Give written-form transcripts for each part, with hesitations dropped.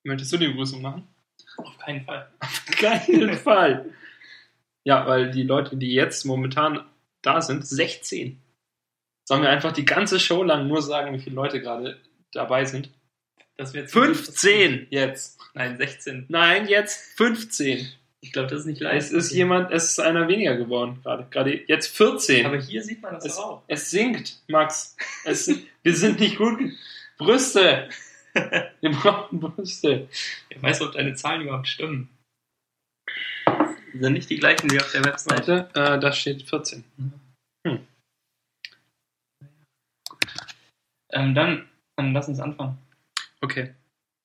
Möchtest du die Begrüßung machen? Auf keinen Fall. Auf keinen Fall. Ja, weil die Leute, die jetzt momentan da sind, 16. Sollen wir einfach die ganze Show lang nur sagen, wie viele Leute gerade dabei sind? Das wird 15 jetzt. Nein, 16. Nein, jetzt 15. Ich glaube, das ist nicht leicht. Es ist einer weniger geworden gerade. Gerade jetzt 14. Aber hier sieht man das auch. Es sinkt, Max. Wir sind nicht gut. Brüste. Wir brauchen Brüste. Ich weiß, ob deine Zahlen überhaupt stimmen. Die sind nicht die gleichen wie auf der Webseite. Warte, da steht 14. Dann lass uns anfangen. Okay.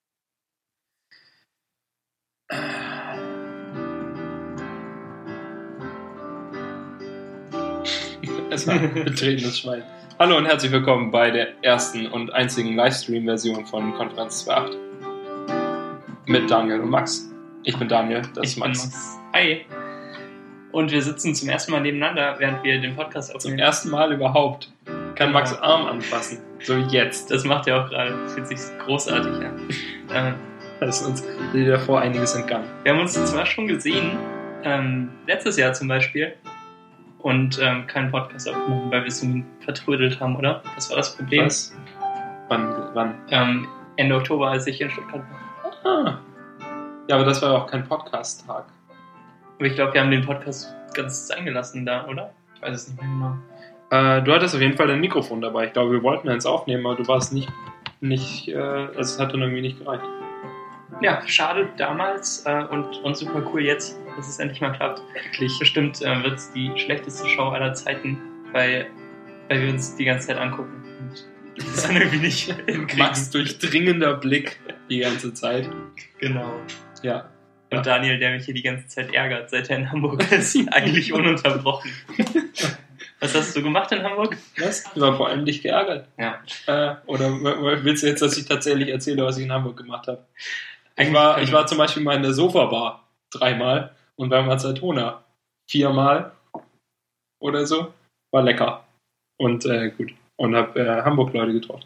Es war ein betretenes Schwein. Hallo und herzlich willkommen bei der ersten und einzigen Livestream-Version von Konferenz 2.8 mit Daniel und Max. Ich bin Daniel, das ist Max. Bin Max. Hi. Und wir sitzen zum ersten Mal nebeneinander, während wir den Podcast aufnehmen. Zum ersten Mal überhaupt kann Max Arm anfassen, so wie jetzt. Das macht er auch gerade. Das fühlt sich großartig an. Da ist uns davor einiges entgangen. Wir haben uns zwar schon gesehen, letztes Jahr zum Beispiel, und keinen Podcast aufgenommen, weil wir es vertrödelt haben, oder? Das war das Problem. Was? Wann? Ende Oktober, als ich in Stuttgart war. Ah. Ja, aber das war ja auch kein Podcast-Tag. Aber ich glaube, wir haben den Podcast ganz sein gelassen da, oder? Ich weiß es nicht mehr genau. Du hattest auf jeden Fall dein Mikrofon dabei. Ich glaube, wir wollten eins aufnehmen, aber du warst nicht also es hat dann irgendwie nicht gereicht. Ja, schade damals und super cool jetzt, dass es endlich mal klappt. Wirklich. Bestimmt wird es die schlechteste Show aller Zeiten, weil wir uns die ganze Zeit angucken und das dann irgendwie nicht hinkriegen. Max durchdringender Blick die ganze Zeit. Genau. Ja. Und Daniel, der mich hier die ganze Zeit ärgert, seit er in Hamburg ist, eigentlich ununterbrochen. Was hast du gemacht in Hamburg? Was? Ich war vor allem dich geärgert. Ja. Oder willst du jetzt, dass ich tatsächlich erzähle, was ich in Hamburg gemacht habe? Ich war zum Beispiel mal in der Sofa-Bar 3-mal und beim Azatona 4-mal oder so. War lecker. Und gut. Und habe Hamburg-Leute getroffen.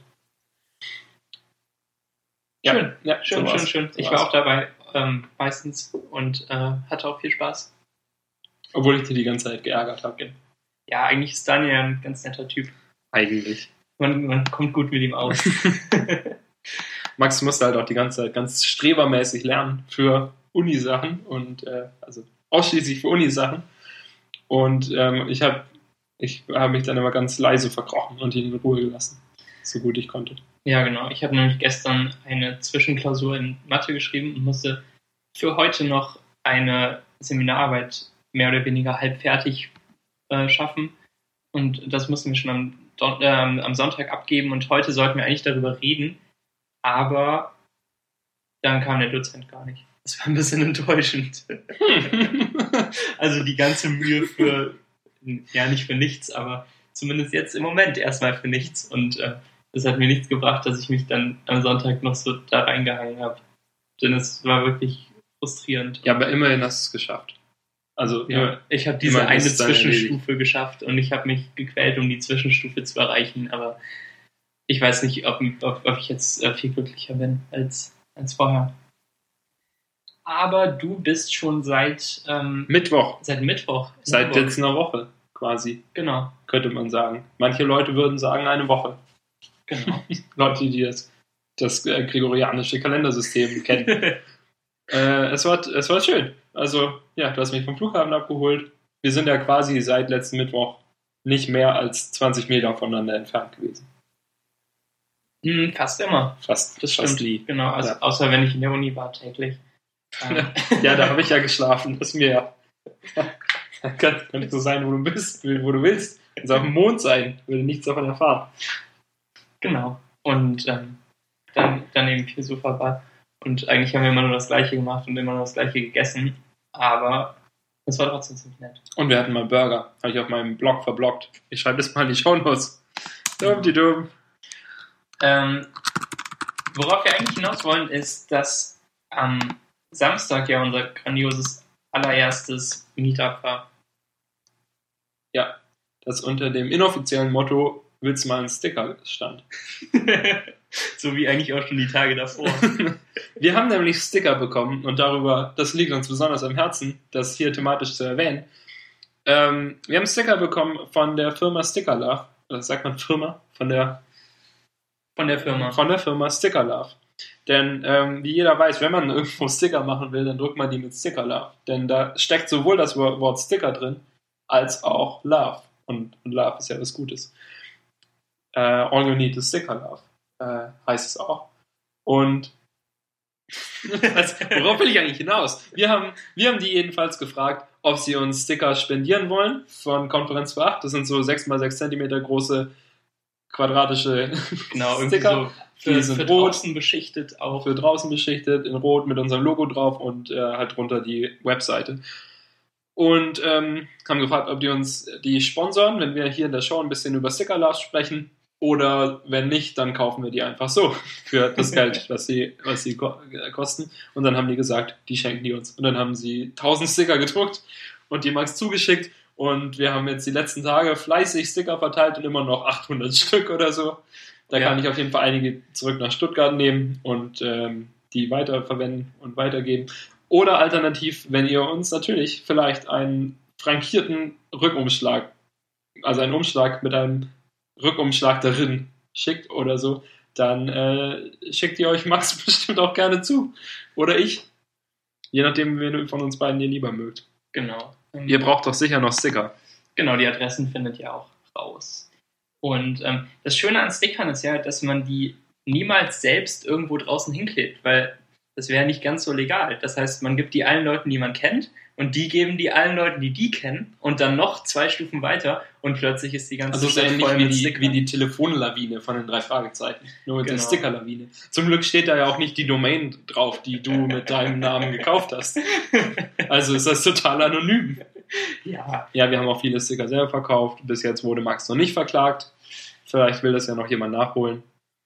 Ja. Schön. Ja, Schön. So Ich war auch dabei, meistens, und hatte auch viel Spaß. Obwohl ich dir die ganze Zeit geärgert habe. Ja, eigentlich ist Daniel ein ganz netter Typ. Eigentlich. Man kommt gut mit ihm aus. Max musste halt auch die ganze Zeit ganz strebermäßig lernen für Unisachen und also ausschließlich für Unisachen. Und ich habe mich dann immer ganz leise verkrochen und ihn in Ruhe gelassen, so gut ich konnte. Ja, genau. Ich habe nämlich gestern eine Zwischenklausur in Mathe geschrieben und musste für heute noch eine Seminararbeit mehr oder weniger halb fertig schaffen. Und das mussten wir schon am Sonntag abgeben und heute sollten wir eigentlich darüber reden. Aber dann kam der Dozent gar nicht. Das war ein bisschen enttäuschend. Also die ganze Mühe nicht für nichts, aber zumindest jetzt im Moment erstmal für nichts. Und das hat mir nichts gebracht, dass ich mich dann am Sonntag noch so da reingehangen habe. Denn es war wirklich frustrierend. Ja, aber immerhin hast du es geschafft. Also ja, ich habe diese eine Zwischenstufe geschafft und ich habe mich gequält, um die Zwischenstufe zu erreichen, aber ich weiß nicht, ob ich jetzt viel glücklicher bin als vorher. Aber du bist schon seit Mittwoch. Seit Mittwoch. Seit jetzt einer Woche quasi. Genau. Könnte man sagen. Manche Leute würden sagen eine Woche. Genau. Leute, die das gregorianische Kalendersystem kennen. Es war schön. Also, ja, du hast mich vom Flughafen abgeholt. Wir sind ja quasi seit letzten Mittwoch nicht mehr als 20 Meter voneinander entfernt gewesen. Fast immer. Das stimmt. Fast nie. Genau, also, ja. Außer wenn ich in der Uni war täglich. Ja, da habe ich ja geschlafen. Das ist mir ja. Könnte so sein, wo du bist, wo du willst. Also auf dem Mond sein, würde nichts davon erfahren. Genau. Und dann eben viel Sofa-Bar. Und eigentlich haben wir immer nur das Gleiche gemacht und immer nur das Gleiche gegessen. Aber es war trotzdem ziemlich nett. Und wir hatten mal Burger. Habe ich auf meinem Blog verbloggt. Ich schreibe das mal in die Shownotes. Dumm. Worauf wir eigentlich hinaus wollen, ist, dass am Samstag ja unser grandioses allererstes Meetup war. Ja, das unter dem inoffiziellen Motto "Willst du mal einen Sticker" stand. So wie eigentlich auch schon die Tage davor. Wir haben nämlich Sticker bekommen und das liegt uns besonders am Herzen, das hier thematisch zu erwähnen. Wir haben Sticker bekommen von der Firma Sticker Love. Oder sagt man Firma? Von der Firma. Von der Firma Sticker Love. Denn wie jeder weiß, wenn man irgendwo Sticker machen will, dann drückt man die mit Sticker Love. Denn da steckt sowohl das Wort Sticker drin, als auch Love. Und Love ist ja was Gutes. All you need is Sticker Love. Heißt es auch. Und worauf will ich eigentlich hinaus? Wir haben die jedenfalls gefragt, ob sie uns Sticker spendieren wollen von Konferenz für 8. Das sind so 6x6 cm große quadratische Sticker. So für draußen beschichtet auch. Für draußen beschichtet, in Rot mit unserem Logo drauf und halt drunter die Webseite. Und haben gefragt, ob die uns die sponsoren, wenn wir hier in der Show ein bisschen über Sticker Love sprechen. Oder wenn nicht, dann kaufen wir die einfach so für das Geld, was sie kosten. Und dann haben die gesagt, die schenken die uns. Und dann haben sie 1000 Sticker gedruckt und die Max zugeschickt. Und wir haben jetzt die letzten Tage fleißig Sticker verteilt und immer noch 800 Stück oder so. Da kann ich auf jeden Fall einige zurück nach Stuttgart nehmen und die weiterverwenden und weitergeben. Oder alternativ, wenn ihr uns natürlich vielleicht einen frankierten Rückumschlag, also einen Umschlag mit einem Rückumschlag darin schickt oder so, dann schickt ihr euch Max bestimmt auch gerne zu. Oder ich. Je nachdem, wen von uns beiden ihr lieber mögt. Genau. Ihr braucht doch sicher noch Sticker. Genau, die Adressen findet ihr auch raus. Und das Schöne an Stickern ist ja, dass man die niemals selbst irgendwo draußen hinklebt, weil das wäre nicht ganz so legal. Das heißt, man gibt die allen Leuten, die man kennt, und die geben die allen Leuten, die kennen, und dann noch 2 Stufen weiter und plötzlich ist die ganze Stadt voll mit Stickern. Wie die Telefonlawine von den 3 Fragezeichen. Nur mit der Stickerlawine. Zum Glück steht da ja auch nicht die Domain drauf, die du mit deinem Namen gekauft hast. Also ist das total anonym. Ja, wir haben auch viele Sticker selber verkauft. Bis jetzt wurde Max noch nicht verklagt. Vielleicht will das ja noch jemand nachholen.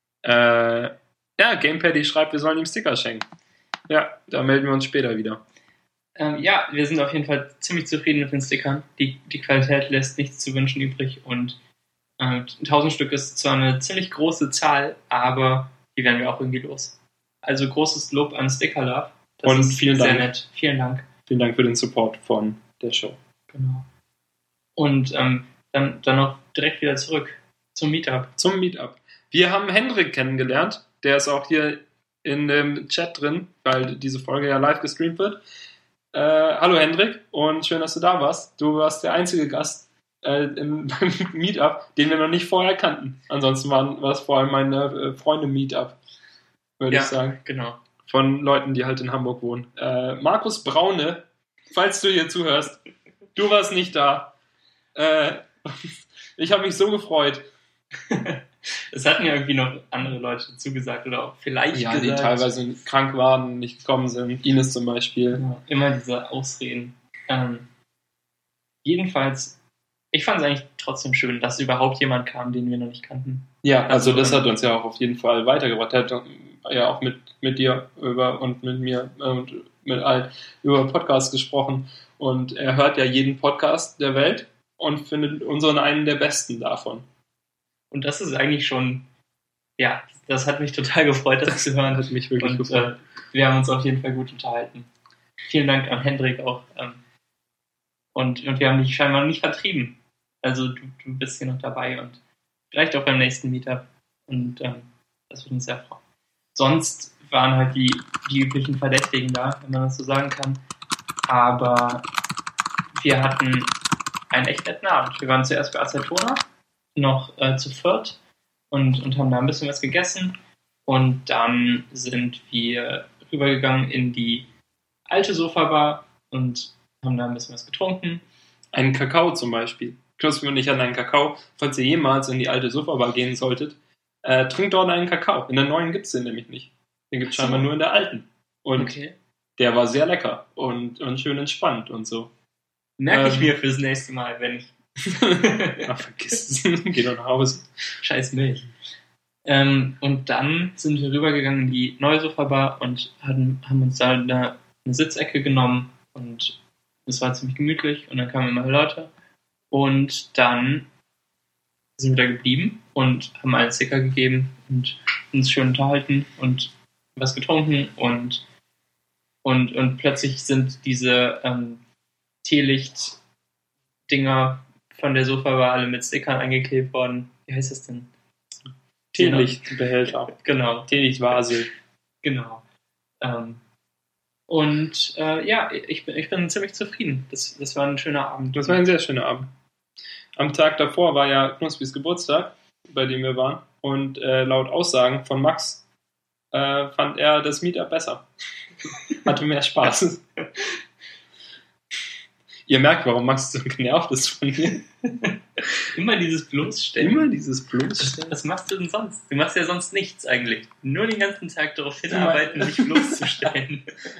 Gamepaddy schreibt, wir sollen ihm Sticker schenken. Ja, da melden wir uns später wieder. Wir sind auf jeden Fall ziemlich zufrieden mit den Stickern. Die Qualität lässt nichts zu wünschen übrig und 1000 Stück ist zwar eine ziemlich große Zahl, aber die werden wir auch irgendwie los. Also großes Lob an Sticker Love. Das ist vielen Dank. Sehr nett. Vielen Dank. Vielen Dank für den Support von der Show. Genau. Und dann noch direkt wieder zurück zum Meetup. Wir haben Hendrik kennengelernt. Der ist auch hier in dem Chat drin, weil diese Folge ja live gestreamt wird. Hallo Hendrik und schön, dass du da warst. Du warst der einzige Gast beim Meetup, den wir noch nicht vorher kannten. Ansonsten war es vor allem meine Freunde-Meetup, würde ich sagen. Genau. Von Leuten, die halt in Hamburg wohnen. Markus Braune, falls du hier zuhörst, du warst nicht da. Ich habe mich so gefreut. Es hatten ja irgendwie noch andere Leute zugesagt oder auch vielleicht gesagt. Die teilweise krank waren, nicht gekommen sind. Ines zum Beispiel. Ja, immer diese Ausreden. Jedenfalls, ich fand es eigentlich trotzdem schön, dass überhaupt jemand kam, den wir noch nicht kannten. Ja, also das hat uns ja auch auf jeden Fall weitergebracht. Er hat ja auch mit dir und mit mir und mit allen über Podcasts gesprochen. Und er hört ja jeden Podcast der Welt und findet unseren einen der besten davon. Und das ist eigentlich schon, das hat mich total gefreut, das zu hören. Hat mich wirklich gefreut. Wir haben uns auf jeden Fall gut unterhalten. Vielen Dank an Hendrik auch. Und wir haben dich scheinbar nicht vertrieben. Also du bist hier noch dabei und vielleicht auch beim nächsten Meetup. Und das würde uns sehr freuen. Sonst waren halt die üblichen Verdächtigen da, wenn man das so sagen kann. Aber wir hatten einen echt netten Abend. Wir waren zuerst bei Acetona, noch zu viert und haben da ein bisschen was gegessen. Und dann sind wir rübergegangen in die alte Sofabar und haben da ein bisschen was getrunken. Einen Kakao zum Beispiel. Knusprig und ich an einen Kakao. Falls ihr jemals in die alte Sofabar gehen solltet, trinkt dort einen Kakao. In der neuen gibt es den nämlich nicht. Den gibt es scheinbar nur in der alten. Und der war sehr lecker und schön entspannt und so. Merke ich mir fürs nächste Mal, wenn ich... Ach, vergiss es. Geh doch nach Hause. Scheiß Milch. Und dann sind wir rübergegangen in die neue Sofabar und haben uns da eine Sitzecke genommen und es war ziemlich gemütlich und dann kamen immer Leute und dann sind wir da geblieben und haben einen Sticker gegeben und uns schön unterhalten und was getrunken und plötzlich sind diese Teelicht-Dinger von der Sofabar alle mit Stickern eingeklebt worden. Wie heißt das denn? Teelichtbehälter. Genau. Teelichtvase. Genau. Ich bin ziemlich zufrieden. Das war ein schöner Abend. Das war ein sehr schöner Abend. Am Tag davor war ja Knuspis Geburtstag, bei dem wir waren. Und laut Aussagen von Max fand er das Meetup besser. Hatte mehr Spaß. Ihr merkt, warum Max so genervt ist von mir. Immer dieses Bloßstellen. Was machst du denn sonst? Du machst ja sonst nichts eigentlich. Nur den ganzen Tag darauf hinarbeiten, dich bloßzustellen.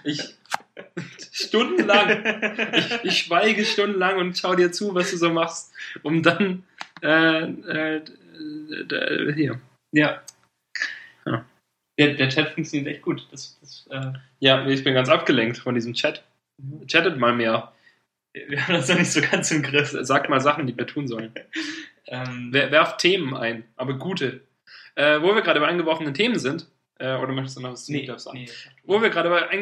Ich schweige stundenlang und schau dir zu, was du so machst, um dann hier. Ja. Der Chat funktioniert echt gut. Ja, ich bin ganz abgelenkt von diesem Chat. Chattet mal mehr. Wir haben das noch nicht so ganz im Griff. Sagt mal Sachen, die wir tun sollen. Werft Themen ein, aber gute. Wo wir gerade bei eingeworfenen Themen sind, oder möchtest du noch was zu Meetup sagen? Nee. Wo wir gerade bei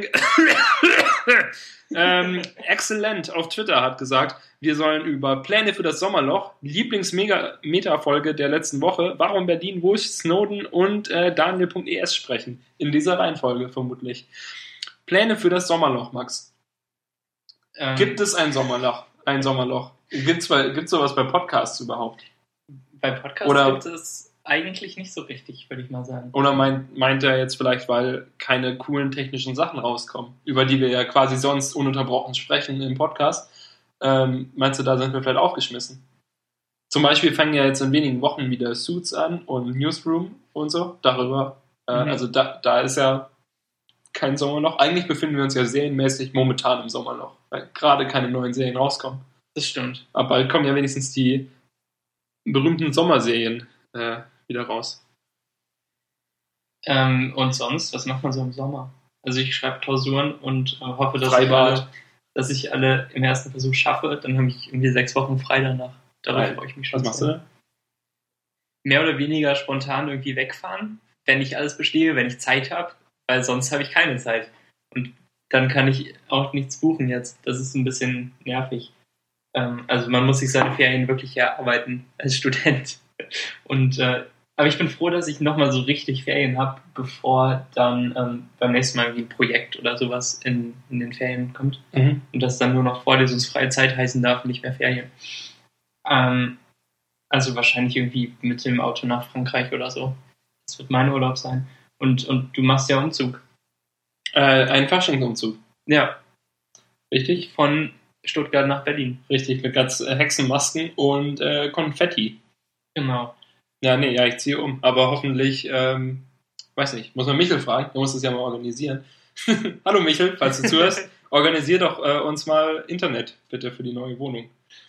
Excellent auf Twitter hat gesagt, wir sollen über Pläne für das Sommerloch, Lieblings-Meta-Folge der letzten Woche, Warum Berlin, Wusch, Snowden und Daniel.es sprechen. In dieser Reihenfolge vermutlich. Pläne für das Sommerloch, Max. Gibt es ein Sommerloch? Gibt es sowas bei Podcasts überhaupt? Bei Podcasts gibt es eigentlich nicht so richtig, würde ich mal sagen. Oder meint er jetzt vielleicht, weil keine coolen technischen Sachen rauskommen, über die wir ja quasi sonst ununterbrochen sprechen im Podcast? Meinst du, da sind wir vielleicht aufgeschmissen? Zum Beispiel fangen ja jetzt in wenigen Wochen wieder Suits an und Newsroom und so. Darüber. Also da ist ja kein Sommerloch. Eigentlich befinden wir uns ja serienmäßig momentan im Sommerloch, weil gerade keine neuen Serien rauskommen. Das stimmt. Aber bald kommen ja wenigstens die berühmten Sommerserien wieder raus. Und sonst, was macht man so im Sommer? Also ich schreibe Klausuren und hoffe, dass ich alle im ersten Versuch schaffe. Dann habe ich irgendwie 6 Wochen frei danach. Darauf freue ich mich schon. Was machst du denn? Mehr oder weniger spontan irgendwie wegfahren, wenn ich alles bestehe, wenn ich Zeit habe, weil sonst habe ich keine Zeit. Und dann kann ich auch nichts buchen jetzt. Das ist ein bisschen nervig. Also man muss sich seine Ferien wirklich erarbeiten als Student. Aber ich bin froh, dass ich nochmal so richtig Ferien habe, bevor dann beim nächsten Mal irgendwie ein Projekt oder sowas in den Ferien kommt. Und das dann nur noch vorlesungsfreie Zeit heißen darf und nicht mehr Ferien. Also wahrscheinlich irgendwie mit dem Auto nach Frankreich oder so. Das wird mein Urlaub sein. Und du machst ja Umzug. Einen Faschingsumzug. Ja. Richtig? Von Stuttgart nach Berlin. Richtig, mit ganz Hexenmasken und Konfetti. Genau. Ja, ich ziehe um. Aber hoffentlich, weiß nicht, muss man Michel fragen, der muss das ja mal organisieren. Hallo Michel, falls du zuhörst, organisier doch uns mal Internet, bitte, für die neue Wohnung.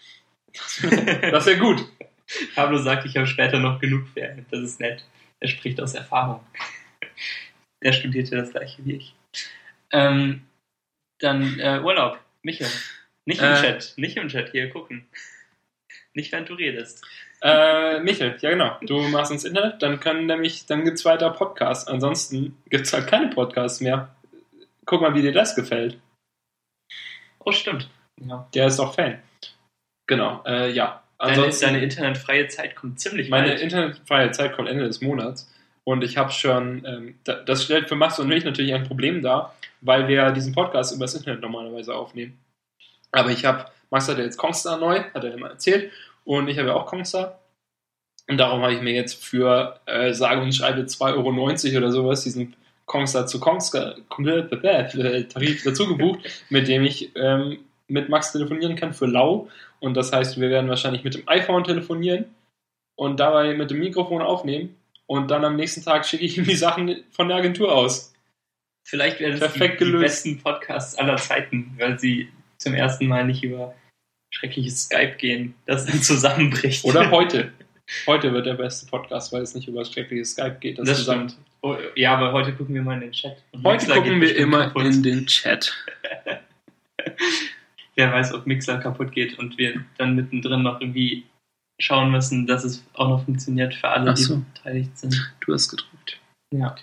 Das wäre gut. Pablo sagt, ich habe später noch genug Ferien. Das ist nett. Er spricht aus Erfahrung. Der studierte das gleiche wie ich. Dann Urlaub. Michael. Nicht im Chat hier gucken. Nicht, wenn du redest. Michael, ja genau. Du machst ins Internet, dann gibt's weiter Podcasts. Ansonsten gibt's halt keine Podcasts mehr. Guck mal, wie dir das gefällt. Oh, stimmt. Ja. Der ist doch Fan. Genau, ja. Deine internetfreie Zeit kommt ziemlich bald. Meine internetfreie Zeit kommt Ende des Monats. Und ich habe schon, das stellt für Max und mich natürlich ein Problem dar, weil wir diesen Podcast über das Internet normalerweise aufnehmen. Aber Max hat ja jetzt Kongstar neu, hat er immer erzählt, und ich habe ja auch Kongstar. Und darum habe ich mir jetzt für sage und schreibe 2,90 € oder sowas diesen Kongstar zu Kongstar Tarif dazu gebucht, mit dem ich mit Max telefonieren kann für lau. Und das heißt, wir werden wahrscheinlich mit dem iPhone telefonieren und dabei mit dem Mikrofon aufnehmen. Und dann am nächsten Tag schicke ich ihm die Sachen von der Agentur aus. Vielleicht werden es die besten Podcasts aller Zeiten, weil sie zum ersten Mal nicht über schreckliches Skype gehen, das dann zusammenbricht. Oder heute. Heute wird der beste Podcast, weil es nicht über schreckliches Skype geht. Das stimmt. Oh, ja, aber heute gucken wir mal in den Chat. Heute gucken wir immer in den Chat. Wer weiß, ob Mixer kaputt geht und wir dann mittendrin noch irgendwie schauen müssen, dass es auch noch funktioniert für alle, die beteiligt sind. Du hast gedrückt. Ja.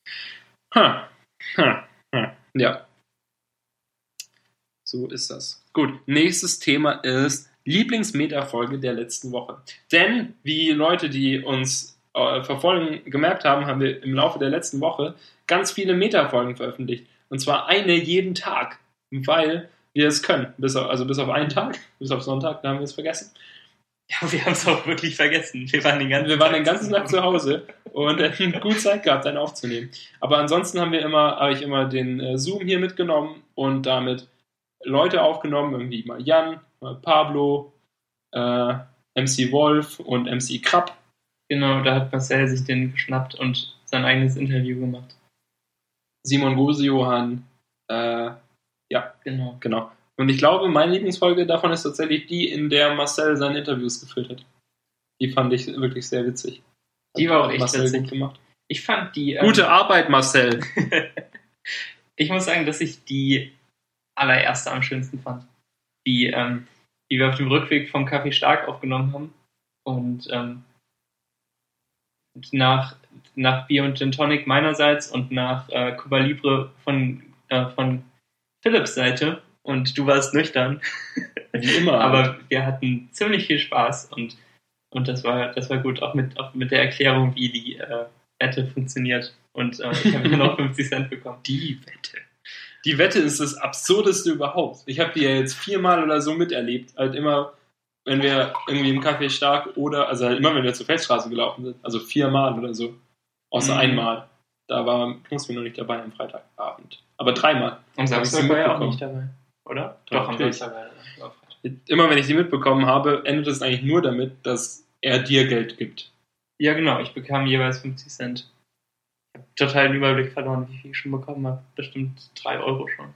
Ja. So ist das. Gut, nächstes Thema ist Lieblingsmeta-Folge der letzten Woche. Denn, wie Leute, die uns verfolgen, gemerkt haben, haben wir im Laufe der letzten Woche ganz viele Meta-Folgen veröffentlicht. Und zwar eine jeden Tag, weil wir es können. Bis auf einen Tag, bis auf Sonntag, da haben wir es vergessen. Ja, wir haben es auch wirklich vergessen. Wir waren den ganzen Tag zu Hause und hätten gut Zeit gehabt, einen aufzunehmen. Aber ansonsten habe ich immer den Zoom hier mitgenommen und damit Leute aufgenommen, irgendwie mal Jan, mal Pablo, MC Wolf und MC Krabb. Genau, da hat Marcel sich den geschnappt und sein eigenes Interview gemacht. Simon Gosejohann, ja, genau. Und ich glaube, meine Lieblingsfolge davon ist tatsächlich die, in der Marcel seine Interviews geführt hat. Die fand ich wirklich sehr witzig. Die war auch echt Marcel witzig. Gut gemacht. Ich fand die... Gute Arbeit, Marcel! Ich muss sagen, dass ich die allererste am schönsten fand. Die wir auf dem Rückweg vom Café Stark aufgenommen haben. Und nach Bier und Gin Tonic meinerseits und nach Cuba Libre von Philipps Seite. Und du warst nüchtern. Wie immer. Aber wir hatten ziemlich viel Spaß und das war gut, auch mit der Erklärung, wie die Wette funktioniert. Und ich habe noch 50 Cent bekommen. Die Wette ist das Absurdeste überhaupt. Ich habe die ja jetzt 4-mal oder so miterlebt. Halt immer, wenn wir irgendwie im Café Stark also halt immer, wenn wir zur Feldstraße gelaufen sind. Also 4-mal oder so. Außer einmal. Da war Knuspi noch nicht dabei am Freitagabend. Aber 3-mal. Am Samstag war er auch nicht dabei, oder? Doch, am Samstag war er. Immer wenn ich sie mitbekommen habe, endet es eigentlich nur damit, dass er dir Geld gibt. Ja, genau. Ich bekam jeweils 50 Cent. Ich habe total den Überblick verloren, wie viel ich schon bekommen habe. Bestimmt 3 Euro schon.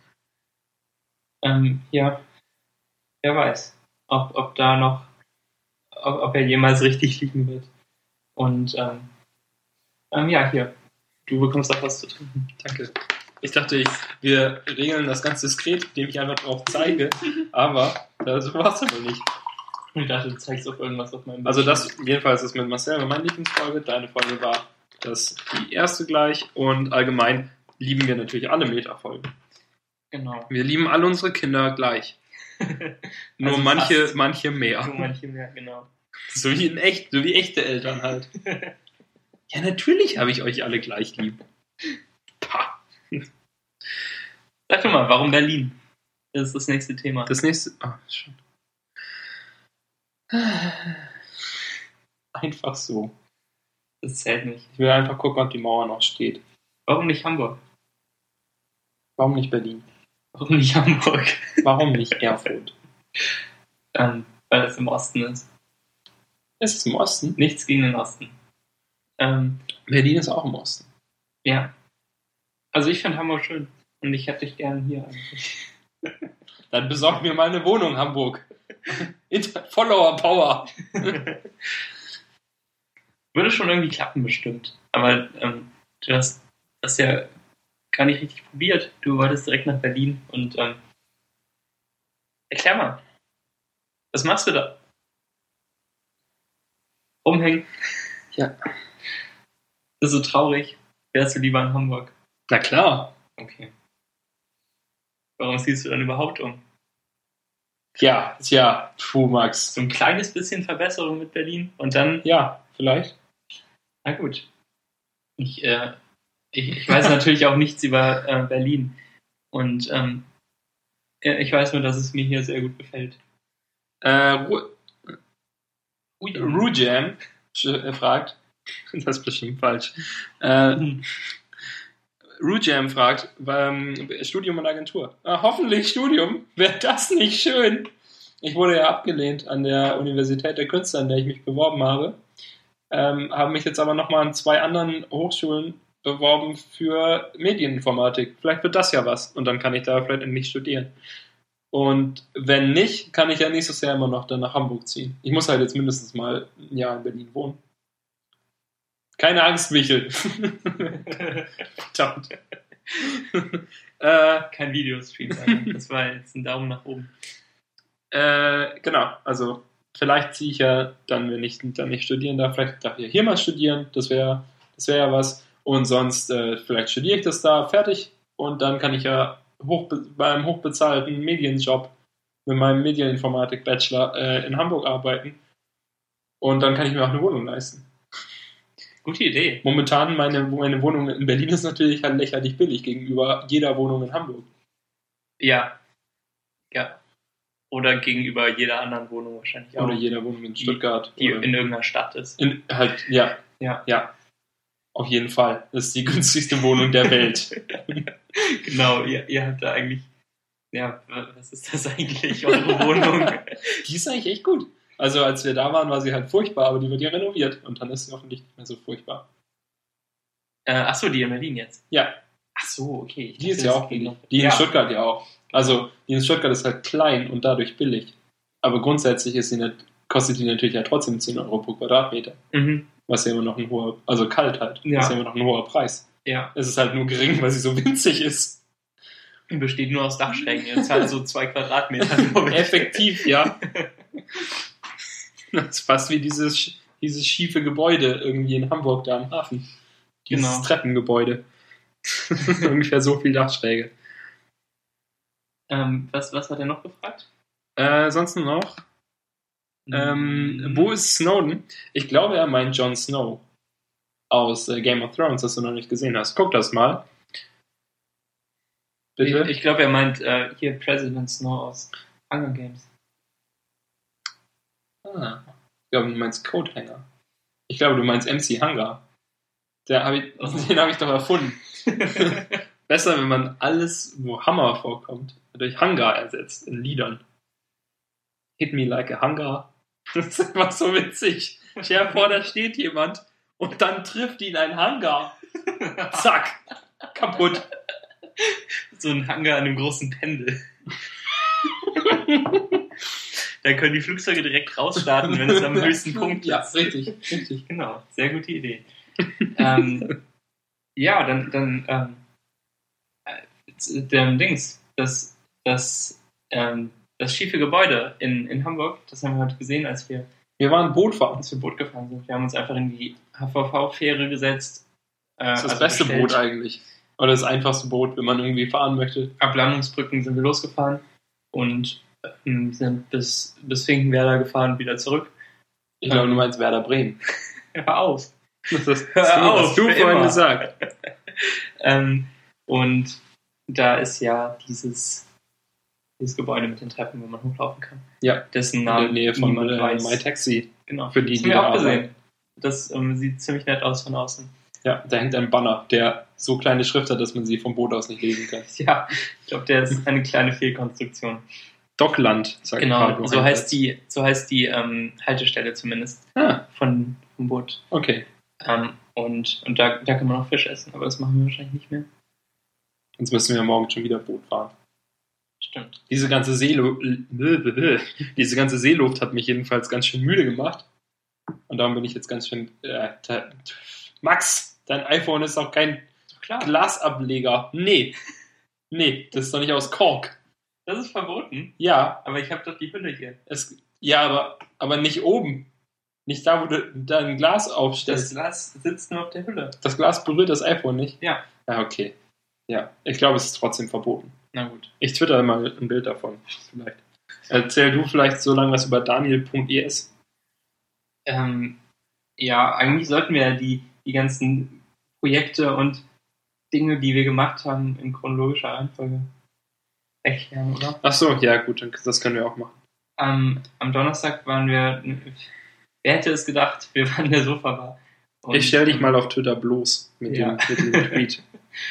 Ja. Wer weiß, ob er jemals richtig liegen wird. Und ja, hier. Du bekommst auch was zu trinken. Danke. Ich dachte, wir regeln das ganz diskret, indem ich einfach drauf zeige, aber so war es aber nicht. Ich dachte, du zeigst auf irgendwas auf meinem Bild. Also das, jedenfalls ist mit Marcel meine Lieblingsfolge, deine Folge war die erste gleich und allgemein lieben wir natürlich alle Meta-Folgen. Genau. Wir lieben alle unsere Kinder gleich. Nur Also manche mehr. Nur manche mehr, genau. So wie echte Eltern halt. Ja, natürlich habe ich euch alle gleich lieb. Pah. Sag doch mal, warum Berlin? Das ist das nächste Thema. Schon. Einfach so. Das zählt nicht. Ich will einfach gucken, ob die Mauer noch steht. Warum nicht Hamburg? Warum nicht Berlin? Warum nicht Hamburg? Warum nicht Erfurt? Weil es im Osten ist. Ist es im Osten? Nichts gegen den Osten. Berlin ist auch im Osten. Ja. Also ich finde Hamburg schön. Und ich hätte dich gerne hier eigentlich. Dann besorg mir mal eine Wohnung, Hamburg. Follower Power. Würde schon irgendwie klappen, bestimmt. Aber du hast das ja gar nicht richtig probiert. Du wolltest direkt nach Berlin und erklär mal. Was machst du da? Rumhängen? Ja. Das ist so traurig. Wärst du lieber in Hamburg? Na klar. Okay. Warum siehst du dann überhaupt um? Tja, Max. So ein kleines bisschen Verbesserung mit Berlin und dann... Ja, vielleicht. Na gut. Ich weiß natürlich auch nichts über Berlin. Und ich weiß nur, dass es mir hier sehr gut gefällt. Rujam fragt, das ist bestimmt falsch. Rujam fragt, Studium und Agentur. Hoffentlich Studium. Wäre das nicht schön? Ich wurde ja abgelehnt an der Universität der Künste, an der ich mich beworben habe. Habe mich jetzt aber nochmal an 2 anderen Hochschulen beworben für Medieninformatik. Vielleicht wird das ja was und dann kann ich da vielleicht endlich studieren. Und wenn nicht, kann ich ja nächstes Jahr immer noch dann nach Hamburg ziehen. Ich muss halt jetzt mindestens mal ein Jahr in Berlin wohnen. Keine Angst, Michel. Verdammt. Kein Videostream. Das war jetzt ein Daumen nach oben. Genau, also vielleicht ziehe ich ja dann, wenn ich dann nicht studieren darf, vielleicht darf ich ja hier mal studieren, das wäre ja was. Und sonst, vielleicht studiere ich das da, fertig. Und dann kann ich ja bei einem hochbezahlten Medienjob mit meinem Medieninformatik-Bachelor in Hamburg arbeiten. Und dann kann ich mir auch eine Wohnung leisten. Gute Idee. Momentan, meine Wohnung in Berlin ist natürlich halt lächerlich billig gegenüber jeder Wohnung in Hamburg. Ja. Ja. Oder gegenüber jeder anderen Wohnung wahrscheinlich auch. Oder jeder Wohnung in Stuttgart. Die in irgendeiner Stadt ist. Ja. Auf jeden Fall. Das ist die günstigste Wohnung der Welt. Genau, ihr habt da eigentlich... Ja, was ist das eigentlich, eure Wohnung? Die ist eigentlich echt gut. Also als wir da waren, war sie halt furchtbar, aber die wird ja renoviert und dann ist sie hoffentlich nicht mehr so furchtbar. Achso, die in Berlin jetzt? Ja. Achso, okay. Die ist ja auch billig. Die in Stuttgart ja auch. Also die in Stuttgart ist halt klein und dadurch billig. Aber grundsätzlich kostet die natürlich ja trotzdem 10 Euro pro Quadratmeter. Mhm. Was ja immer noch ein hoher, also kalt halt. Ja. Das ist ja immer noch ein hoher Preis. Ja. Es ist halt nur gering, weil sie so winzig ist. Besteht nur aus Dachschrägen. Jetzt halt so 2 Quadratmeter. Effektiv, ja. Das ist fast wie dieses schiefe Gebäude irgendwie in Hamburg da am Hafen. Dieses Treppengebäude. Ungefähr so viel Dachschräge. Was hat er noch gefragt? Sonst noch? Wo ist Snowden? Ich glaube, er meint Jon Snow aus Game of Thrones, das du noch nicht gesehen hast. Guck das mal. Bitte? Ich glaube, er meint hier President Snow aus Hunger Games. Ich glaube, du meinst Codehanger. Ich glaube, du meinst MC Hunger. Den habe ich doch erfunden. Besser, wenn man alles, wo Hammer vorkommt, durch Hunger ersetzt in Liedern. Hit me like a hunger. Das ist einfach so witzig. Stell dir vor, da steht jemand und dann trifft ihn ein Hunger. Zack. Kaputt. So ein Hangar an einem großen Pendel. Da können die Flugzeuge direkt rausstarten, wenn es am höchsten Punkt ist. Ja, richtig. Genau, sehr gute Idee. Ja, dann das schiefe Gebäude in Hamburg, das haben wir heute gesehen, als wir Boot gefahren sind. Wir haben uns einfach in die HVV-Fähre gesetzt. Das ist das beste Boot eigentlich. Oder das einfachste Boot, wenn man irgendwie fahren möchte. Ab Landungsbrücken sind wir losgefahren und sind bis Finkenwerder gefahren und wieder zurück. Ich glaube, du meinst Werder Bremen. Hör auf. Das hast du vorhin gesagt. Und da ist ja dieses Gebäude mit den Treppen, wo man hochlaufen kann. Ja, dessen Namen in der Nähe von MyTaxi. Genau. Für die, das haben wir auch gesehen. Das sieht ziemlich nett aus von außen. Ja, da hängt ein Banner, der so kleine Schrift hat, dass man sie vom Boot aus nicht lesen kann. Ja, ich glaube, der ist eine kleine Fehlkonstruktion. Dockland, sagt Genau, so heißt die Haltestelle zumindest vom Boot. Okay. Und da kann man auch Fisch essen, aber das machen wir wahrscheinlich nicht mehr. Sonst müssen wir morgen schon wieder Boot fahren. Stimmt. Diese ganze Seeluft hat mich jedenfalls ganz schön müde gemacht. Und darum bin ich jetzt ganz schön... Max, dein iPhone ist doch kein Glasableger. Nee, das ist doch nicht aus Kork. Das ist verboten? Ja. Aber ich habe doch die Hülle hier. Aber nicht oben. Nicht da, wo du dein Glas aufstellst. Das Glas sitzt nur auf der Hülle. Das Glas berührt das iPhone nicht? Ja. Ja, okay. Ja, ich glaube, es ist trotzdem verboten. Na gut. Ich twitter mal ein Bild davon. Vielleicht. Erzähl du vielleicht so lange was über Daniel.es. Ja, eigentlich sollten wir ja die ganzen Projekte und Dinge, die wir gemacht haben, in chronologischer Reihenfolge erklären, oder? Ach so, ja gut, das können wir auch machen. Am Donnerstag waren wir, wer hätte es gedacht, wir waren in der Sofabar. Ich stell dich mal auf Twitter bloß mit dem Tweet.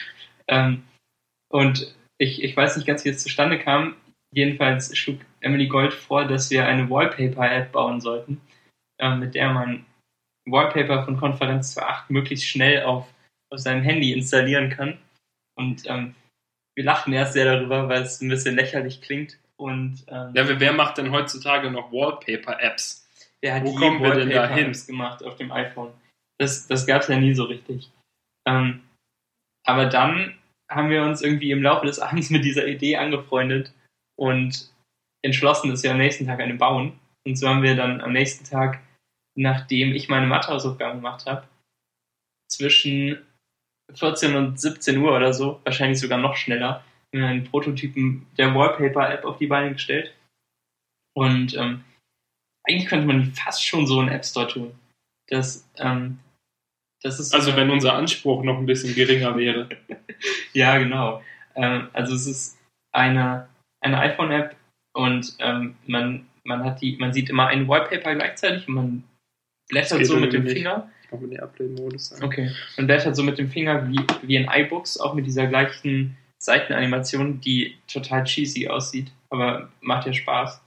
Und ich weiß nicht ganz, wie es zustande kam. Jedenfalls schlug Emily Gold vor, dass wir eine Wallpaper-App bauen sollten, mit der man Wallpaper von Konferenz 2.8 möglichst schnell auf seinem Handy installieren kann. Und wir lachten erst sehr darüber, weil es ein bisschen lächerlich klingt. Und, wer macht denn heutzutage noch Wallpaper-Apps? Wer hat Wallpaper-Apps gemacht auf dem iPhone? Das gab es ja nie so richtig. Aber dann haben wir uns irgendwie im Laufe des Abends mit dieser Idee angefreundet und entschlossen, dass wir am nächsten Tag eine bauen. Und so haben wir dann am nächsten Tag, nachdem ich meine Mathehausaufgaben gemacht habe, zwischen 14 und 17 Uhr oder so, wahrscheinlich sogar noch schneller, einen Prototypen der Wallpaper-App auf die Beine gestellt. Und eigentlich könnte man die fast schon so in App Store tun. Das ist Also wenn unser Anspruch noch ein bisschen geringer wäre. Ja, genau. Also es ist eine iPhone-App und man sieht immer ein Wallpaper gleichzeitig und man blättert so mit dem Finger. Ich mache mir den Airplay-Modus an. Okay. Man blättert so mit dem Finger wie in iBooks, auch mit dieser gleichen Seitenanimation, die total cheesy aussieht, aber macht ja Spaß.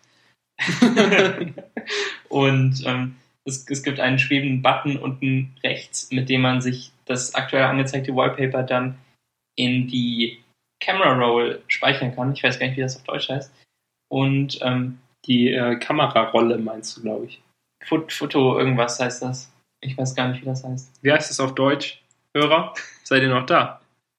Und es gibt einen schwebenden Button unten rechts, mit dem man sich das aktuell angezeigte Wallpaper dann in die Camera Roll speichern kann. Ich weiß gar nicht, wie das auf Deutsch heißt. Und die Kamerarolle meinst du, glaube ich. Foto irgendwas heißt das. Ich weiß gar nicht, wie das heißt. Wie heißt es auf Deutsch? Hörer, seid ihr noch da?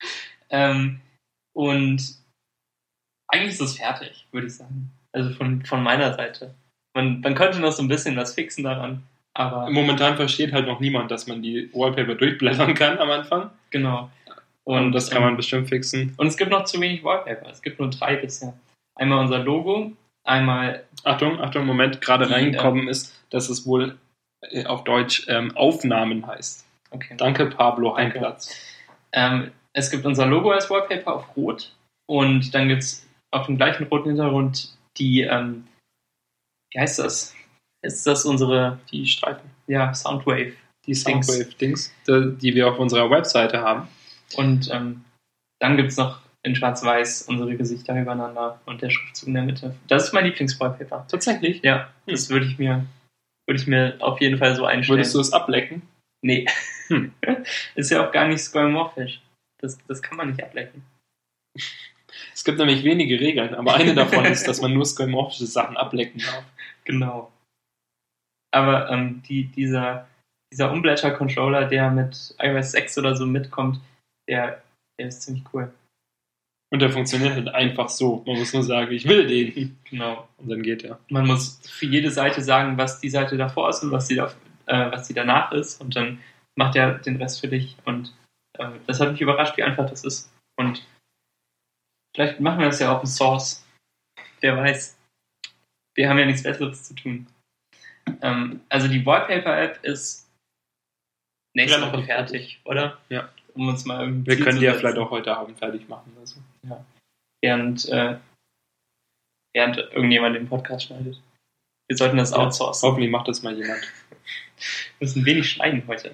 Und eigentlich ist es fertig, würde ich sagen. Also von meiner Seite. Man könnte noch so ein bisschen was fixen daran, aber... Momentan versteht halt noch niemand, dass man die Wallpaper durchblättern kann am Anfang. Genau. Und das kann man bestimmt fixen. Und es gibt noch zu wenig Wallpaper. Es gibt nur 3 bisher. Einmal unser Logo, einmal... Achtung, Moment, gerade reingekommen ist, dass es wohl auf Deutsch Aufnahmen heißt. Okay. Danke, Pablo Heimplatz. Es gibt unser Logo als Wallpaper auf Rot und dann gibt es auf dem gleichen roten Hintergrund die, wie heißt das? Ist das die Streifen? Ja, Soundwave. Die Soundwave-Dings, die wir auf unserer Webseite haben. Und dann gibt es noch in Schwarz-Weiß unsere Gesichter übereinander und der Schriftzug in der Mitte. Das ist mein Lieblings-Wallpaper. Tatsächlich? Ja, das würde ich mir auf jeden Fall so einstellen. Würdest du es ablecken? Nee. Ist ja auch gar nicht skeuomorphisch. Das kann man nicht ablecken. Es gibt nämlich wenige Regeln, aber eine davon ist, dass man nur skeuomorphische Sachen ablecken darf. Genau. Aber dieser Umblätter-Controller, der mit iOS 6 oder so mitkommt, der ist ziemlich cool. Und der funktioniert halt einfach so. Man muss nur sagen, ich will den. Genau. Und dann geht er. Man muss für jede Seite sagen, was die Seite davor ist und was die danach ist. Und dann macht er den Rest für dich. Und das hat mich überrascht, wie einfach das ist. Und vielleicht machen wir das ja Open Source. Wer weiß. Wir haben ja nichts Besseres zu tun. Also die Wallpaper-App ist nächste Woche fertig, oder? Ja. Um uns mal irgendwie wir können die ja vielleicht auch heute Abend fertig machen. Also. Ja. Während irgendjemand den Podcast schneidet. Wir sollten das outsourcen. Hoffentlich macht das mal jemand. Wir müssen wenig schneiden heute.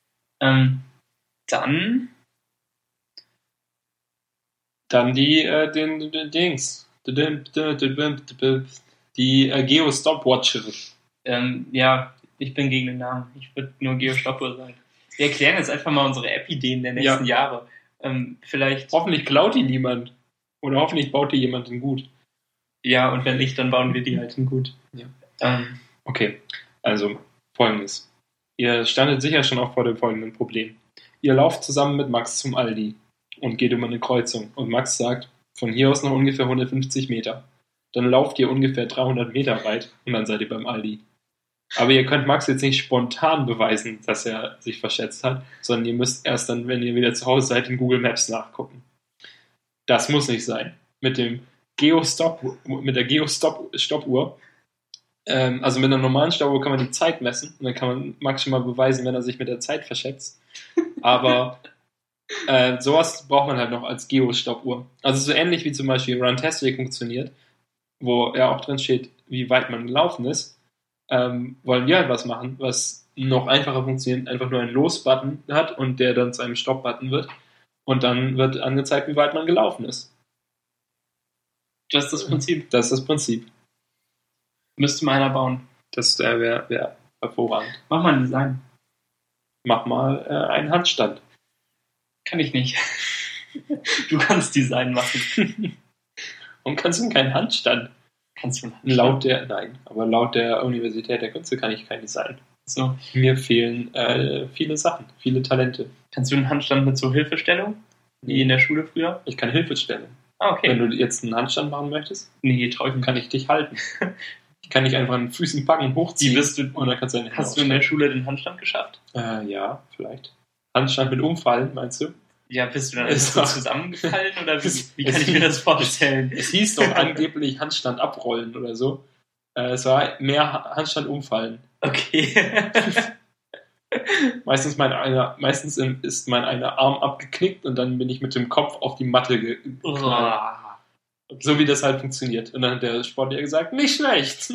Dann den Dings. Die Geo-Stopwatcher. Ja, ich bin gegen den Namen. Ich würde nur Geo-Stoppuhr sagen. Wir erklären jetzt einfach mal unsere App-Ideen der nächsten Jahre. Vielleicht. Hoffentlich klaut die niemand. Oder hoffentlich baut die jemanden gut. Ja, und wenn nicht, dann bauen wir die halt in gut. Ja. Okay, also Folgendes. Ihr standet sicher schon auch vor dem folgenden Problem. Ihr lauft zusammen mit Max zum Aldi und geht über eine Kreuzung. Und Max sagt, von hier aus noch ungefähr 150 Meter. Dann lauft ihr ungefähr 300 Meter weit und dann seid ihr beim Aldi. Aber ihr könnt Max jetzt nicht spontan beweisen, dass er sich verschätzt hat, sondern ihr müsst erst dann, wenn ihr wieder zu Hause seid, in Google Maps nachgucken. Das muss nicht sein. Mit der Geo-Stoppuhr, also mit einer normalen Stoppuhr kann man die Zeit messen und dann kann man Max schon mal beweisen, wenn er sich mit der Zeit verschätzt. Aber sowas braucht man halt noch als Geo-Stoppuhr. Also so ähnlich wie zum Beispiel Runtastic funktioniert, wo ja auch drin steht, wie weit man gelaufen ist. Wollen wir halt was machen, was noch einfacher funktioniert, einfach nur einen Los-Button hat und der dann zu einem Stop-Button wird und dann wird angezeigt, wie weit man gelaufen ist. Das ist das Prinzip. Das ist das Prinzip. Müsste mal einer bauen. Das wäre hervorragend. Mach mal ein Design. Mach mal einen Handstand. Kann ich nicht. Du kannst Design machen. Warum kannst du keinen Handstand? Kannst du einen Handstand? Laut der Universität der Künste kann ich kein Design. So. Mir fehlen viele Sachen, viele Talente. Kannst du einen Handstand mit so Hilfestellung? Wie in der Schule früher? Ich kann Hilfestellung. Ah, okay. Wenn du jetzt einen Handstand machen möchtest, nee, trau ich nicht. Kann ich dich halten. Ich kann nicht einfach an den Füßen packen, hochziehen. Wie bist du, und dann kannst du deine Hände hast du in der Schule den Handstand geschafft? Ja, vielleicht. Handstand mit Umfallen, meinst du? Ja, bist du dann so zusammengefallen oder wie kann ich mir das vorstellen? Es hieß doch angeblich Handstand abrollen oder so. Es war mehr Handstand umfallen. Okay. Meistens ist mein einer Arm abgeknickt und dann bin ich mit dem Kopf auf die Matte geknallt. So wie das halt funktioniert. Und dann hat der Sportlehrer gesagt, nicht schlecht.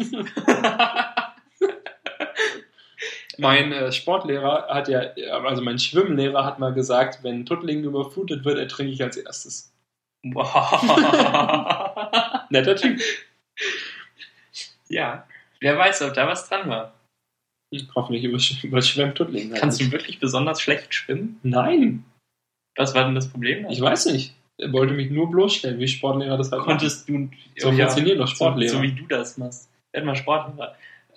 Mein Sportlehrer hat also mein Schwimmlehrer hat mal gesagt, wenn Tuttlingen überflutet wird, ertrinke ich als erstes. Wow. Netter Typ. Ja, wer weiß, ob da was dran war. Hoffentlich überschwemmt Tuttlingen. Kannst du wirklich besonders schlecht schwimmen? Nein. Was war denn das Problem? Ich weiß nicht. Er wollte mich nur bloßstellen, wie Sportlehrer das halt konntest machen. Du... So funktionieren doch Sportlehrer. So wie du das machst. Werd mal Sportlehrer.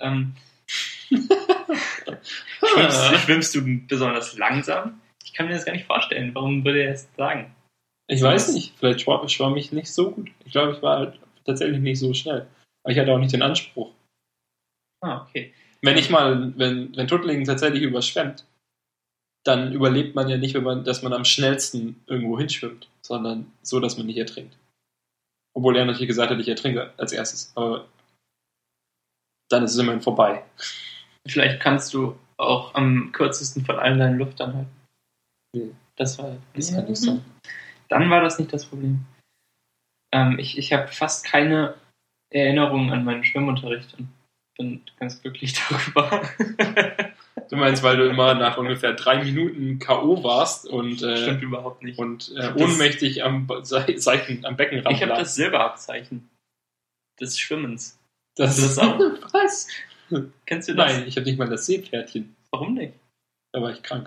Schwimmst du besonders langsam? Ich kann mir das gar nicht vorstellen. Warum würde er das sagen? Ich weiß nicht. Vielleicht schwamm ich nicht so gut. Ich glaube, ich war halt tatsächlich nicht so schnell. Aber ich hatte auch nicht den Anspruch. Ah, okay. Wenn Tuttlingen tatsächlich überschwemmt, dann überlebt man ja nicht, dass man am schnellsten irgendwo hinschwimmt, sondern so, dass man nicht ertrinkt. Obwohl er natürlich gesagt hat, ich ertrinke als erstes. Aber dann ist es immerhin vorbei. Vielleicht kannst du auch am kürzesten von allen deine Luft anhalten. Nee. Das kann nicht sein. Dann war das nicht das Problem. Ich habe fast keine Erinnerungen an meinen Schwimmunterricht und bin ganz glücklich darüber. Du meinst, weil du immer nach ungefähr 3 Minuten K.O. warst und stimmt überhaupt nicht. Und ohnmächtig am Beckenrand Ich habe das Silberabzeichen des Schwimmens. Das ist auch was? Kennst du das? Nein, ich habe nicht mal das Seepferdchen. Warum nicht? Da war ich krank.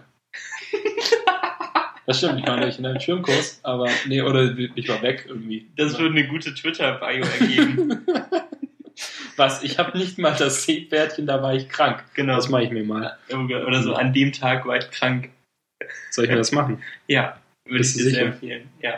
Das stimmt, ich war nicht in einem Schwimmkurs, aber oder ich war weg irgendwie. Das würde eine gute Twitter-Bio ergeben. Was? Ich habe nicht mal das Seepferdchen, da war ich krank. Genau. Das mache ich mir mal. Oder so, an dem Tag war ich krank. Soll ich mir das machen? Ja, würde ich dir sehr empfehlen. Ja.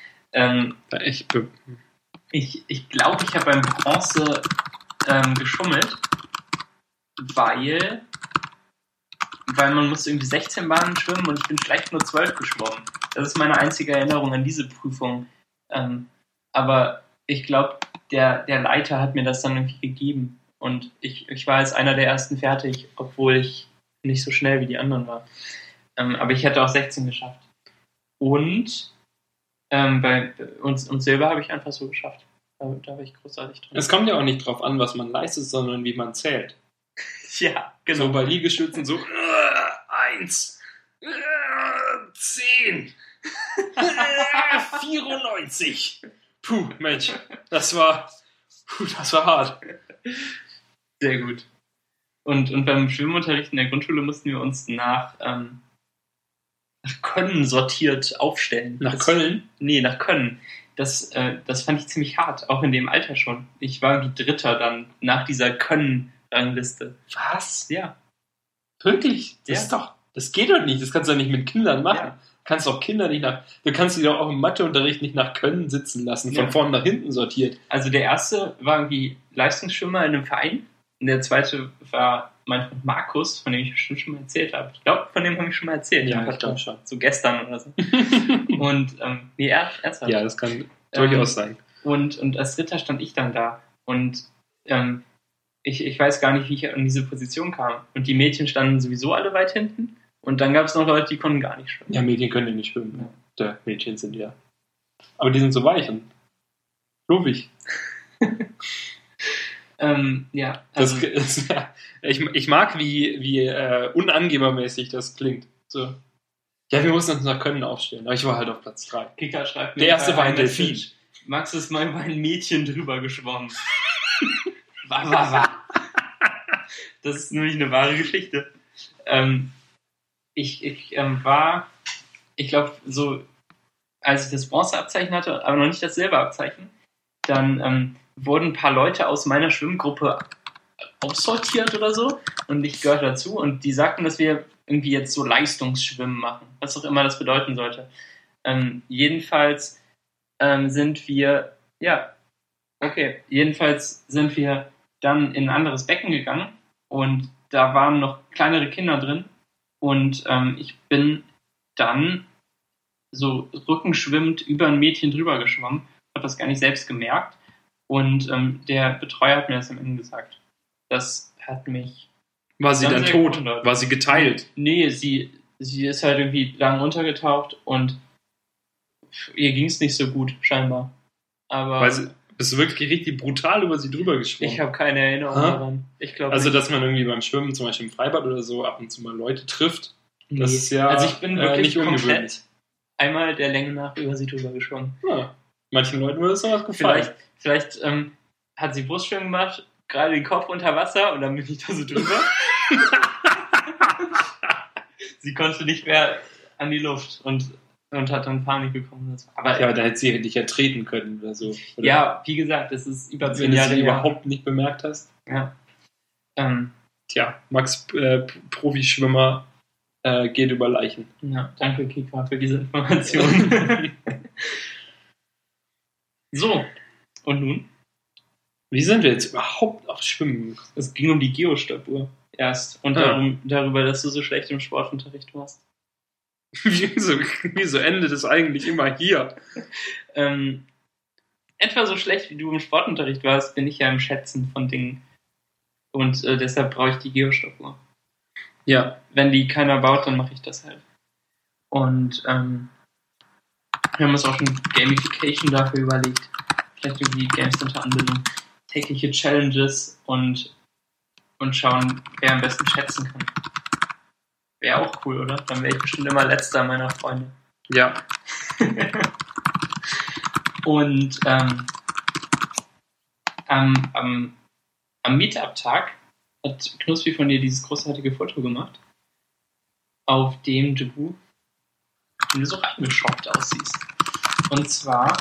Ich glaube, ich habe beim Bronze geschummelt, weil man musste irgendwie 16 Bahnen schwimmen und ich bin vielleicht nur 12 geschwommen. Das ist meine einzige Erinnerung an diese Prüfung. Aber ich glaube, der Leiter hat mir das dann irgendwie gegeben. Und ich war als einer der ersten fertig, obwohl ich nicht so schnell wie die anderen war. Aber ich hätte auch 16 geschafft. Und Silber habe ich einfach so geschafft. Da war ich großartig drin. Es kommt ja auch nicht drauf an, was man leistet, sondern wie man zählt. Ja, genau. So bei Liegestützen so 1, 10, 94. Puh, Mensch, das war hart. Sehr gut. Und beim Schwimmunterricht in der Grundschule mussten wir uns nach Können sortiert aufstellen. Nach Köln? Nee, nach Können. Das fand ich ziemlich hart, auch in dem Alter schon. Ich war irgendwie Dritter dann nach dieser Können-Rangliste. Was? Ja. Wirklich? Das geht doch nicht. Das kannst du doch nicht mit Kindern machen. Ja. Du kannst auch Kinder du kannst die doch auch im Matheunterricht nicht nach Können sitzen lassen, von vorne nach hinten sortiert. Also der erste war irgendwie Leistungsschwimmer in einem Verein und der zweite war mein Freund Markus, von dem ich bestimmt schon mal erzählt habe. Ich glaube, von dem habe ich schon mal erzählt. Ja, ich glaube schon. So gestern oder so. Und ernsthaft. Ja, das kann durchaus sein. Und als Dritter stand ich dann da. Und ich weiß gar nicht, wie ich an diese Position kam. Und die Mädchen standen sowieso alle weit hinten. Und dann gab es noch Leute, die konnten gar nicht schwimmen. Ja, Mädchen können ja nicht schwimmen. Ja. Mädchen sind ja. Aber die sind so weich und fluffig. Ja. Also ich mag, wie unangebermäßig das klingt. So. Ja, wir mussten uns nach Können aufstellen. Aber ich war halt auf Platz 3. Kika schreibt mir. Der erste war ein Delfin. Max ist mal über ein Mädchen drüber geschwommen. War. Das ist nämlich eine wahre Geschichte. Ich glaube, so, als ich das Bronzeabzeichen hatte, aber noch nicht das Silberabzeichen, dann wurden ein paar Leute aus meiner Schwimmgruppe aussortiert oder so und ich gehörte dazu und die sagten, dass wir irgendwie jetzt so Leistungsschwimmen machen, was auch immer das bedeuten sollte. Jedenfalls sind wir dann in ein anderes Becken gegangen und da waren noch kleinere Kinder drin und ich bin dann so rückenschwimmend über ein Mädchen drüber geschwommen, habe das gar nicht selbst gemerkt und der Betreuer hat mir das am Ende gesagt. Das hat mich... War sie dann tot? gewundert. War sie geteilt? Nee, sie ist halt irgendwie lang untergetaucht und ihr ging es nicht so gut, scheinbar. Aber bist du wirklich richtig brutal über sie drüber geschwommen? ich habe keine Erinnerung daran. Ich glaube also, dass man irgendwie beim Schwimmen, zum Beispiel im Freibad oder so, ab und zu mal Leute trifft, das nee. ist ja Also ich bin wirklich nicht ungewöhnlich. komplett einmal der Länge nach über sie drüber geschwommen. Ja, manchen Leuten würde es sowas gefallen. Vielleicht hat sie Brustschwimmen gemacht, gerade den Kopf unter Wasser und dann bin ich da so drüber. Sie konnte nicht mehr an die Luft und hat dann Panik bekommen. Aber da hätte sie dich ja treten können oder so. Oder? Ja, wie gesagt, das ist über 10 Wenn Jahre du sie her. überhaupt nicht bemerkt hast. Ja. Tja, Max, Profischwimmer, geht über Leichen. Ja, danke Kika für diese Information. So, und nun? Wie sind wir jetzt überhaupt auf Schwimmen? Es ging um die Geostoppuhr erst und darüber, dass du so schlecht im Sportunterricht warst. Wieso endet es eigentlich immer hier? Etwa so schlecht, wie du im Sportunterricht warst, bin ich ja im Schätzen von Dingen. Und deshalb brauche ich die Geostoppuhr. Ja. Wenn die keiner baut, dann mache ich das halt. Und wir haben uns auch schon Gamification dafür überlegt. Vielleicht irgendwie Games unter Anbindung. Tägliche Challenges und schauen, wer am besten schätzen kann. Wäre auch cool, oder? Dann wäre ich bestimmt immer letzter meiner Freunde. Ja. Und am Meetup-Tag hat Knuspri von dir dieses großartige Foto gemacht, auf dem du so reingeschoppt aussiehst. Und zwar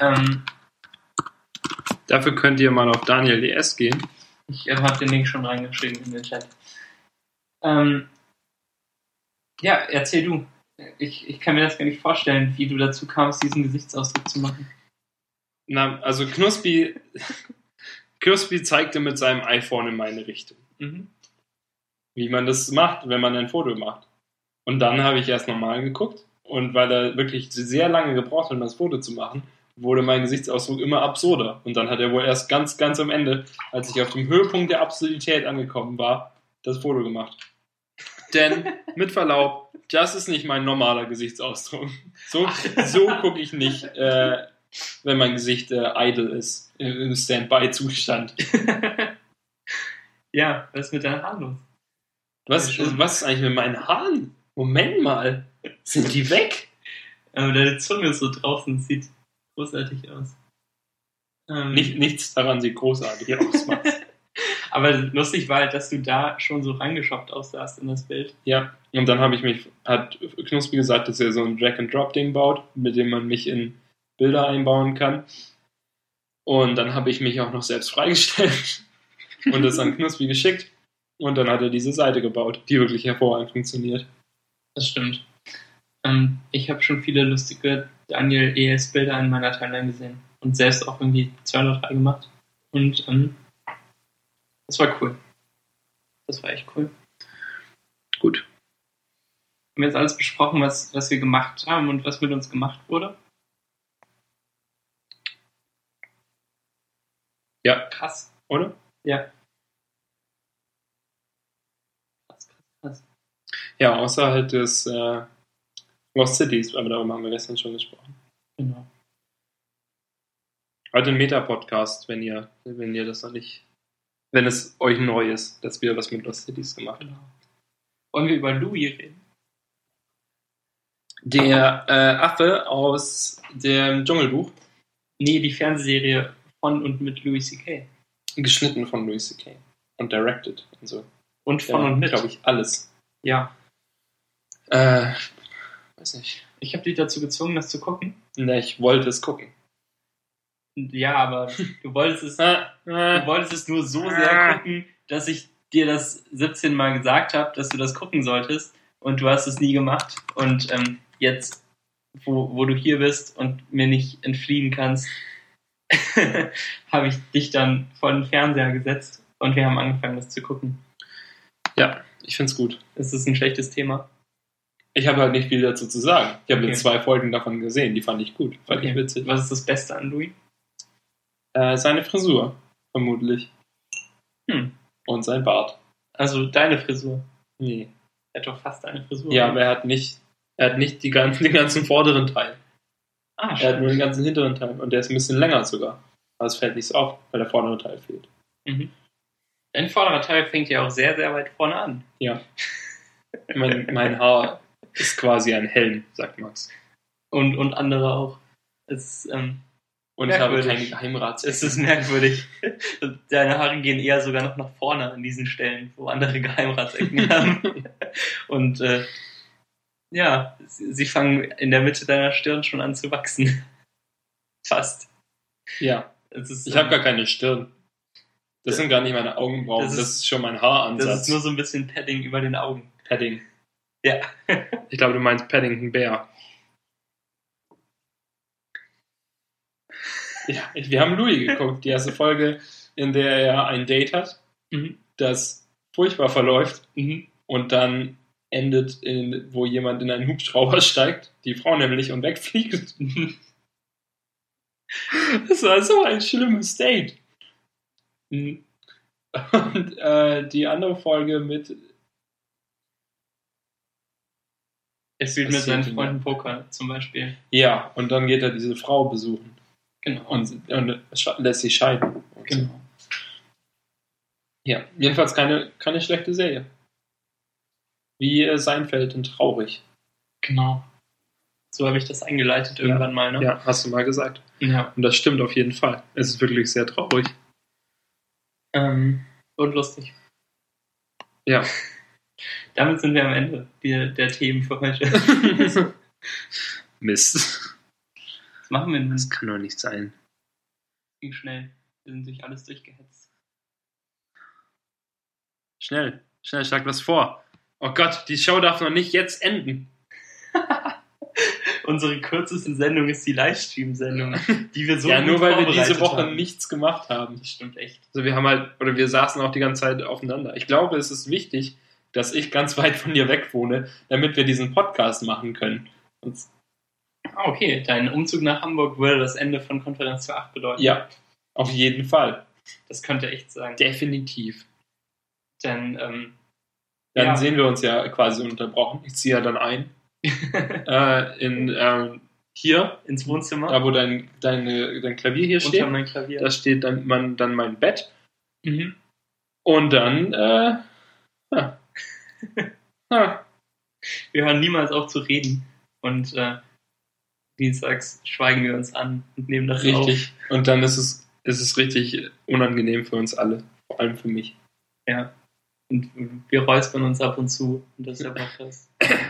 dafür könnt ihr mal auf Daniel DS gehen. ich habe den Link schon reingeschrieben in den Chat. Ja, erzähl du. Ich kann mir das gar nicht vorstellen, wie du dazu kamst, diesen Gesichtsausdruck zu machen. Na, also Knuspri zeigte mit seinem iPhone in meine Richtung. Mhm. Wie man das macht, wenn man ein Foto macht. Und dann habe ich erst nochmal geguckt und weil er wirklich sehr lange gebraucht hat, um das Foto zu machen, wurde mein Gesichtsausdruck immer absurder. Und dann hat er wohl erst ganz, ganz am Ende, als ich auf dem Höhepunkt der Absurdität angekommen war, das Foto gemacht. Denn, mit Verlaub, das ist nicht mein normaler Gesichtsausdruck. So gucke ich nicht, wenn mein Gesicht idle ist, im Standby-Zustand. Ja, was ist mit deinen Haaren los? Was ist eigentlich mit meinen Haaren? Moment mal, sind die weg? Deine Zunge ist so draußen, sieht großartig aus. Nichts daran sieht großartig aus, Max. Aber lustig war halt, dass du da schon so reingeschoppt aussahst in das Bild. Ja, und dann hat Knuspri gesagt, dass er so ein Drag-and-Drop-Ding baut, mit dem man mich in Bilder einbauen kann. Und dann habe ich mich auch noch selbst freigestellt und das an Knuspri geschickt. Und dann hat er diese Seite gebaut, die wirklich hervorragend funktioniert. Das stimmt. Ich habe schon viele lustige Daniel ES-Bilder in meiner Timeline gesehen. Und selbst auch irgendwie 2 oder 3 gemacht. Und das war cool. Das war echt cool. Gut. Haben wir jetzt alles besprochen, was wir gemacht haben und was mit uns gemacht wurde? Ja. Krass. Oder? Ja. Krass. Ja, außer halt des Lost Cities, aber darüber haben wir gestern schon gesprochen. Genau. Heute ein Meta-Podcast, wenn ihr das noch nicht, wenn es euch neu ist, dass wir was mit Lost Cities gemacht haben. Genau. Wollen wir über Louis reden? Der Affe aus dem Dschungelbuch. Nee, die Fernsehserie von und mit Louis C.K. Geschnitten von Louis C.K. Und directed und so. Und von und mit. Glaube ich, alles. Ja. Weiß nicht. Ich habe dich dazu gezwungen, das zu gucken. Ne, ich wollte es gucken. Ja, aber du wolltest es nur so sehr gucken, dass ich dir das 17 Mal gesagt habe, dass du das gucken solltest und du hast es nie gemacht. Und jetzt, wo du hier bist und mir nicht entfliehen kannst, habe ich dich dann vor den Fernseher gesetzt Und wir haben angefangen, das zu gucken. Ja, ich find's gut. Es ist ein schlechtes Thema. Ich habe halt nicht viel dazu zu sagen. Ich habe jetzt 2 Folgen davon gesehen, die fand ich gut. Fand ich witzig. Was ist das Beste an Louis? Seine Frisur, vermutlich. Und sein Bart. Also deine Frisur. Nee. Er hat doch fast eine Frisur. Ja, aber er hat nicht den ganzen vorderen Teil. Ah, Er hat nur den ganzen hinteren Teil. Und der ist ein bisschen länger sogar. Aber es fällt nicht so auf, weil der vordere Teil fehlt. Mhm. Dein vorderer Teil fängt ja auch sehr, sehr weit vorne an. Ja. Mein Haar ist quasi ein Helm, sagt Max. Und andere auch. Es ist, und ich habe keine Geheimratsecken. Es ist merkwürdig. Deine Haare gehen eher sogar noch nach vorne an diesen Stellen, wo andere Geheimratsecken haben. Und ja, sie fangen in der Mitte deiner Stirn schon an zu wachsen. Fast. Ja. Ich habe gar keine Stirn. Das sind gar nicht meine Augenbrauen. Das ist schon mein Haaransatz. Das ist nur so ein bisschen Padding über den Augen. Padding. Ja. Ich glaube, du meinst Paddington Bear. Ja, wir haben Louis geguckt, die erste Folge, in der er ein Date hat, das furchtbar verläuft und dann endet, wo jemand in einen Hubschrauber steigt, die Frau nämlich, und wegfliegt. Das war so ein schlimmes Date. Und die andere Folge mit... Er spielt mit seinen Freunden Poker zum Beispiel. Ja, und dann geht er diese Frau besuchen. Genau. Und lässt sie scheiden. Genau. Ja, jedenfalls keine schlechte Serie. Wie Seinfeld und traurig. Genau. So habe ich das eingeleitet irgendwann mal, ne? Ja, hast du mal gesagt. Ja. Und das stimmt auf jeden Fall. Es ist wirklich sehr traurig. Und lustig. Ja. Damit sind wir am Ende der Themen für heute. Mist. Was machen wir denn? Das kann doch nicht sein. Ging schnell. Wir sind durch alles durchgehetzt. Schnell, schlag was vor. Oh Gott, die Show darf noch nicht jetzt enden. Unsere kürzeste Sendung ist die Livestream-Sendung, die wir so ja, nur weil wir diese Woche haben. Nichts gemacht haben. Das stimmt echt. Also wir saßen auch die ganze Zeit aufeinander. Ich glaube, es ist wichtig, dass ich ganz weit von dir weg wohne, damit wir diesen Podcast machen können. Okay, dein Umzug nach Hamburg würde das Ende von Konferenz für 8 bedeuten. Ja, auf jeden Fall. Das könnte echt sein. Definitiv. Denn, dann sehen wir uns ja quasi unterbrochen. Ich ziehe ja dann ein. Hier ins Wohnzimmer. Da, wo dein Klavier hier steht. Unter mein Klavier. Da steht dann mein Bett. Und dann, Wir hören niemals auf zu reden. Und dienstags schweigen wir uns an und nehmen das auf. Richtig. Und dann ist es richtig unangenehm für uns alle. Vor allem für mich. Ja. Und wir räuspern uns ab und zu. Und das ist einfach das.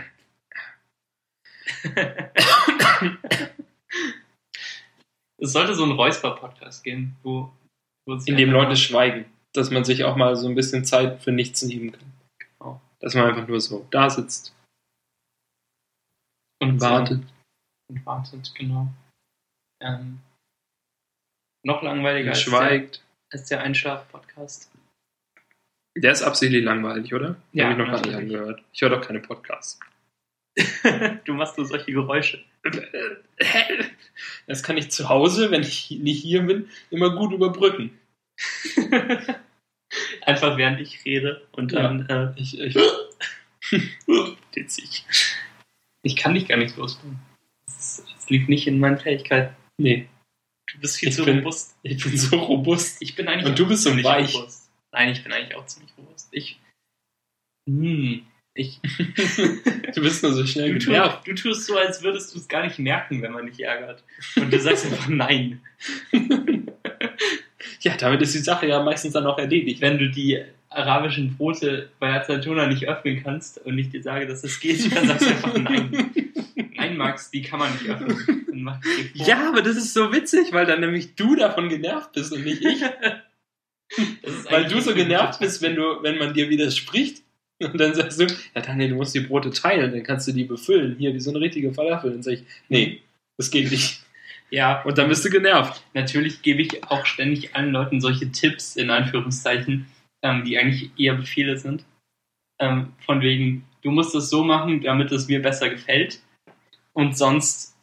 Es sollte so ein Räusper-Podcast geben, in dem Leute schweigen. Dass man sich auch mal so ein bisschen Zeit für nichts nehmen kann. Genau. Dass man einfach nur so da sitzt. Und wartet. Und wartet, genau. Noch langweiliger als der Einschlaf-Podcast. Der ist absichtlich langweilig, oder? Ja, habe ich noch gar nicht angehört. Ich höre doch keine Podcasts. Du machst nur solche Geräusche. Das kann ich zu Hause, wenn ich nicht hier bin, immer gut überbrücken. Einfach während ich rede und dann witzig. Ich kann dich gar nicht losbringen. Das liegt nicht in meinen Fähigkeiten. Nee. Du bist viel zu robust. Ich bin so robust. Ich bin eigentlich und du bist so weich. Robust. Nein, ich bin eigentlich auch ziemlich robust. Du bist nur so schnell genervt. Du tust so, als würdest du es gar nicht merken, wenn man dich ärgert. Und du sagst einfach nein. Ja, damit ist die Sache ja meistens dann auch erledigt. Wenn du die arabischen Brote bei Azatona nicht öffnen kannst und ich dir sage, dass es geht, dann sagst du einfach nein. Nein, Max, die kann man nicht öffnen. Dann mach ich dir vor. Ja, aber das ist so witzig, weil dann nämlich du davon genervt bist und nicht ich. Weil du so genervt bist, wenn man dir widerspricht. Und dann sagst du, ja Daniel, du musst die Brote teilen, dann kannst du die befüllen. Hier, wie so eine richtige Falafel. Dann sag ich, nee, das geht nicht. Ja. Und dann bist du genervt. Natürlich gebe ich auch ständig allen Leuten solche Tipps, in Anführungszeichen, die eigentlich eher Befehle sind. Von wegen, du musst es so machen, damit es mir besser gefällt. Und sonst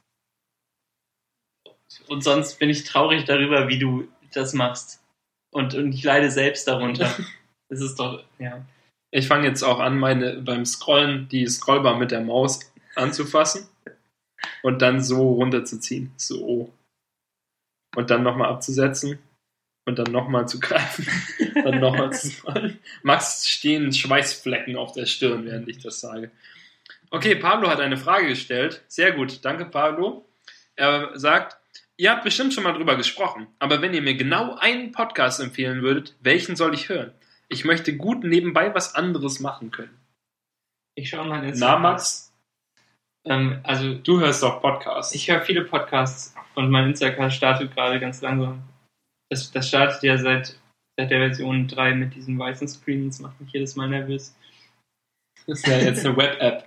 bin ich traurig darüber, wie du das machst. Und ich leide selbst darunter. Das ist doch, ja. Ich fange jetzt auch an, beim Scrollen die Scrollbar mit der Maus anzufassen und dann so runterzuziehen. So. Und dann nochmal abzusetzen und dann nochmal zu greifen. Dann nochmal zu scrollen. Max stehen Schweißflecken auf der Stirn, während ich das sage. Okay, Pablo hat eine Frage gestellt. Sehr gut, danke Pablo. Er sagt, ihr habt bestimmt schon mal drüber gesprochen, aber wenn ihr mir genau einen Podcast empfehlen würdet, welchen soll ich hören? Ich möchte gut nebenbei was anderes machen können. Ich schaue mal jetzt. Na, Max? Also, du hörst doch Podcasts. Ich höre viele Podcasts und mein Instacast startet gerade ganz langsam. Das startet ja seit der Version 3 mit diesem weißen Screen. Das macht mich jedes Mal nervös. Das ist ja jetzt eine Web-App.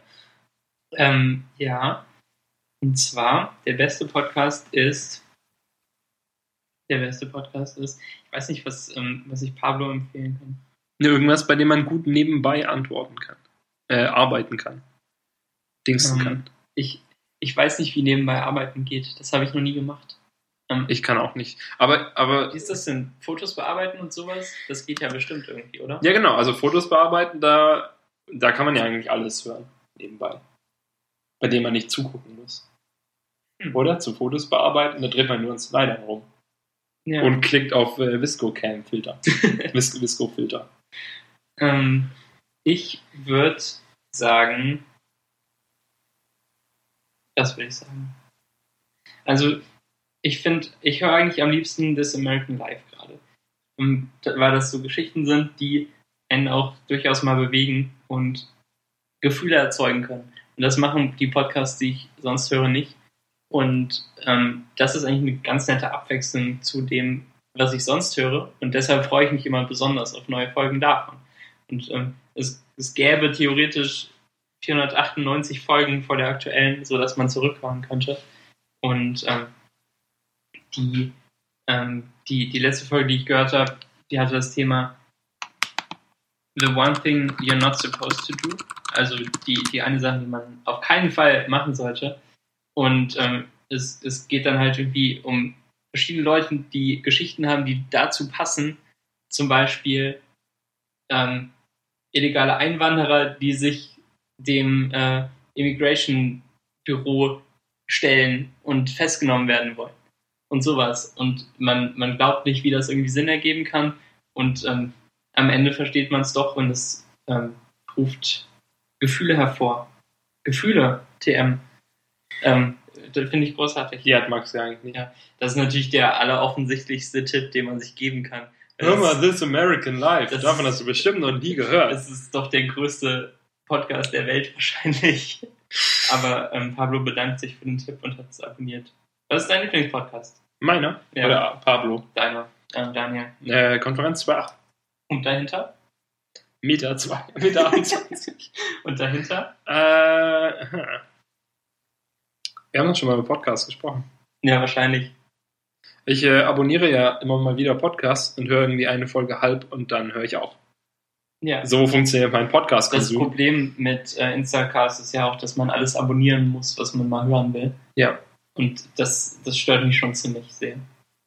Ja. Und zwar, der beste Podcast ist, ich weiß nicht, was ich Pablo empfehlen kann. Irgendwas, bei dem man gut nebenbei arbeiten kann. Dingsen kann. Ich weiß nicht, wie nebenbei arbeiten geht. Das habe ich noch nie gemacht. Ich kann auch nicht. Aber wie ist das denn? Fotos bearbeiten und sowas? Das geht ja bestimmt irgendwie, oder? Ja, genau. Also Fotos bearbeiten, da kann man ja eigentlich alles hören. Nebenbei. Bei dem man nicht zugucken muss. Oder? Zu Fotos bearbeiten, da dreht man nur einen Slider rum. Ja. Und klickt auf Visco-Cam-Filter. Visco-Filter. Ich würde sagen, das würde ich sagen. Also, ich höre eigentlich am liebsten This American Life gerade. Weil das so Geschichten sind, die einen auch durchaus mal bewegen und Gefühle erzeugen können. Und das machen die Podcasts, die ich sonst höre, nicht. Und das ist eigentlich eine ganz nette Abwechslung zu dem, was ich sonst höre. Und deshalb freue ich mich immer besonders auf neue Folgen davon. Und es gäbe theoretisch 498 Folgen vor der aktuellen, sodass man zurückfahren könnte. Und die letzte Folge, die ich gehört habe, die hatte das Thema The One Thing You're Not Supposed to Do. Also die eine Sache, die man auf keinen Fall machen sollte. Und es geht dann halt irgendwie um verschiedene Leute, die Geschichten haben, die dazu passen. Zum Beispiel illegale Einwanderer, die sich dem Immigration Büro stellen und festgenommen werden wollen. Und sowas. Und man glaubt nicht, wie das irgendwie Sinn ergeben kann. Und am Ende versteht man es doch und es ruft Gefühle hervor. Gefühle, TM. Das finde ich großartig. Die hat Max ja eigentlich nicht. Ja, das ist natürlich der alleroffensichtlichste Tipp, den man sich geben kann. Hör mal, This American Life. Davon hast du bestimmt noch nie gehört. Das ist doch der größte Podcast der Welt wahrscheinlich. Aber Pablo bedankt sich für den Tipp und hat es abonniert. Was ist dein Lieblingspodcast? Meiner? Ja. Oder Pablo? Deiner. Daniel. Konferenz 2.8. Und dahinter? Meter 28. Und dahinter? Wir haben doch schon mal über Podcasts gesprochen. Ja, wahrscheinlich. Ich abonniere ja immer mal wieder Podcasts und höre irgendwie eine Folge halb und dann höre ich auf. Ja. So funktioniert mein Podcast-Konsum. Das Problem mit Instacast ist ja auch, dass man alles abonnieren muss, was man mal hören will. Ja. Und das stört mich schon ziemlich sehr.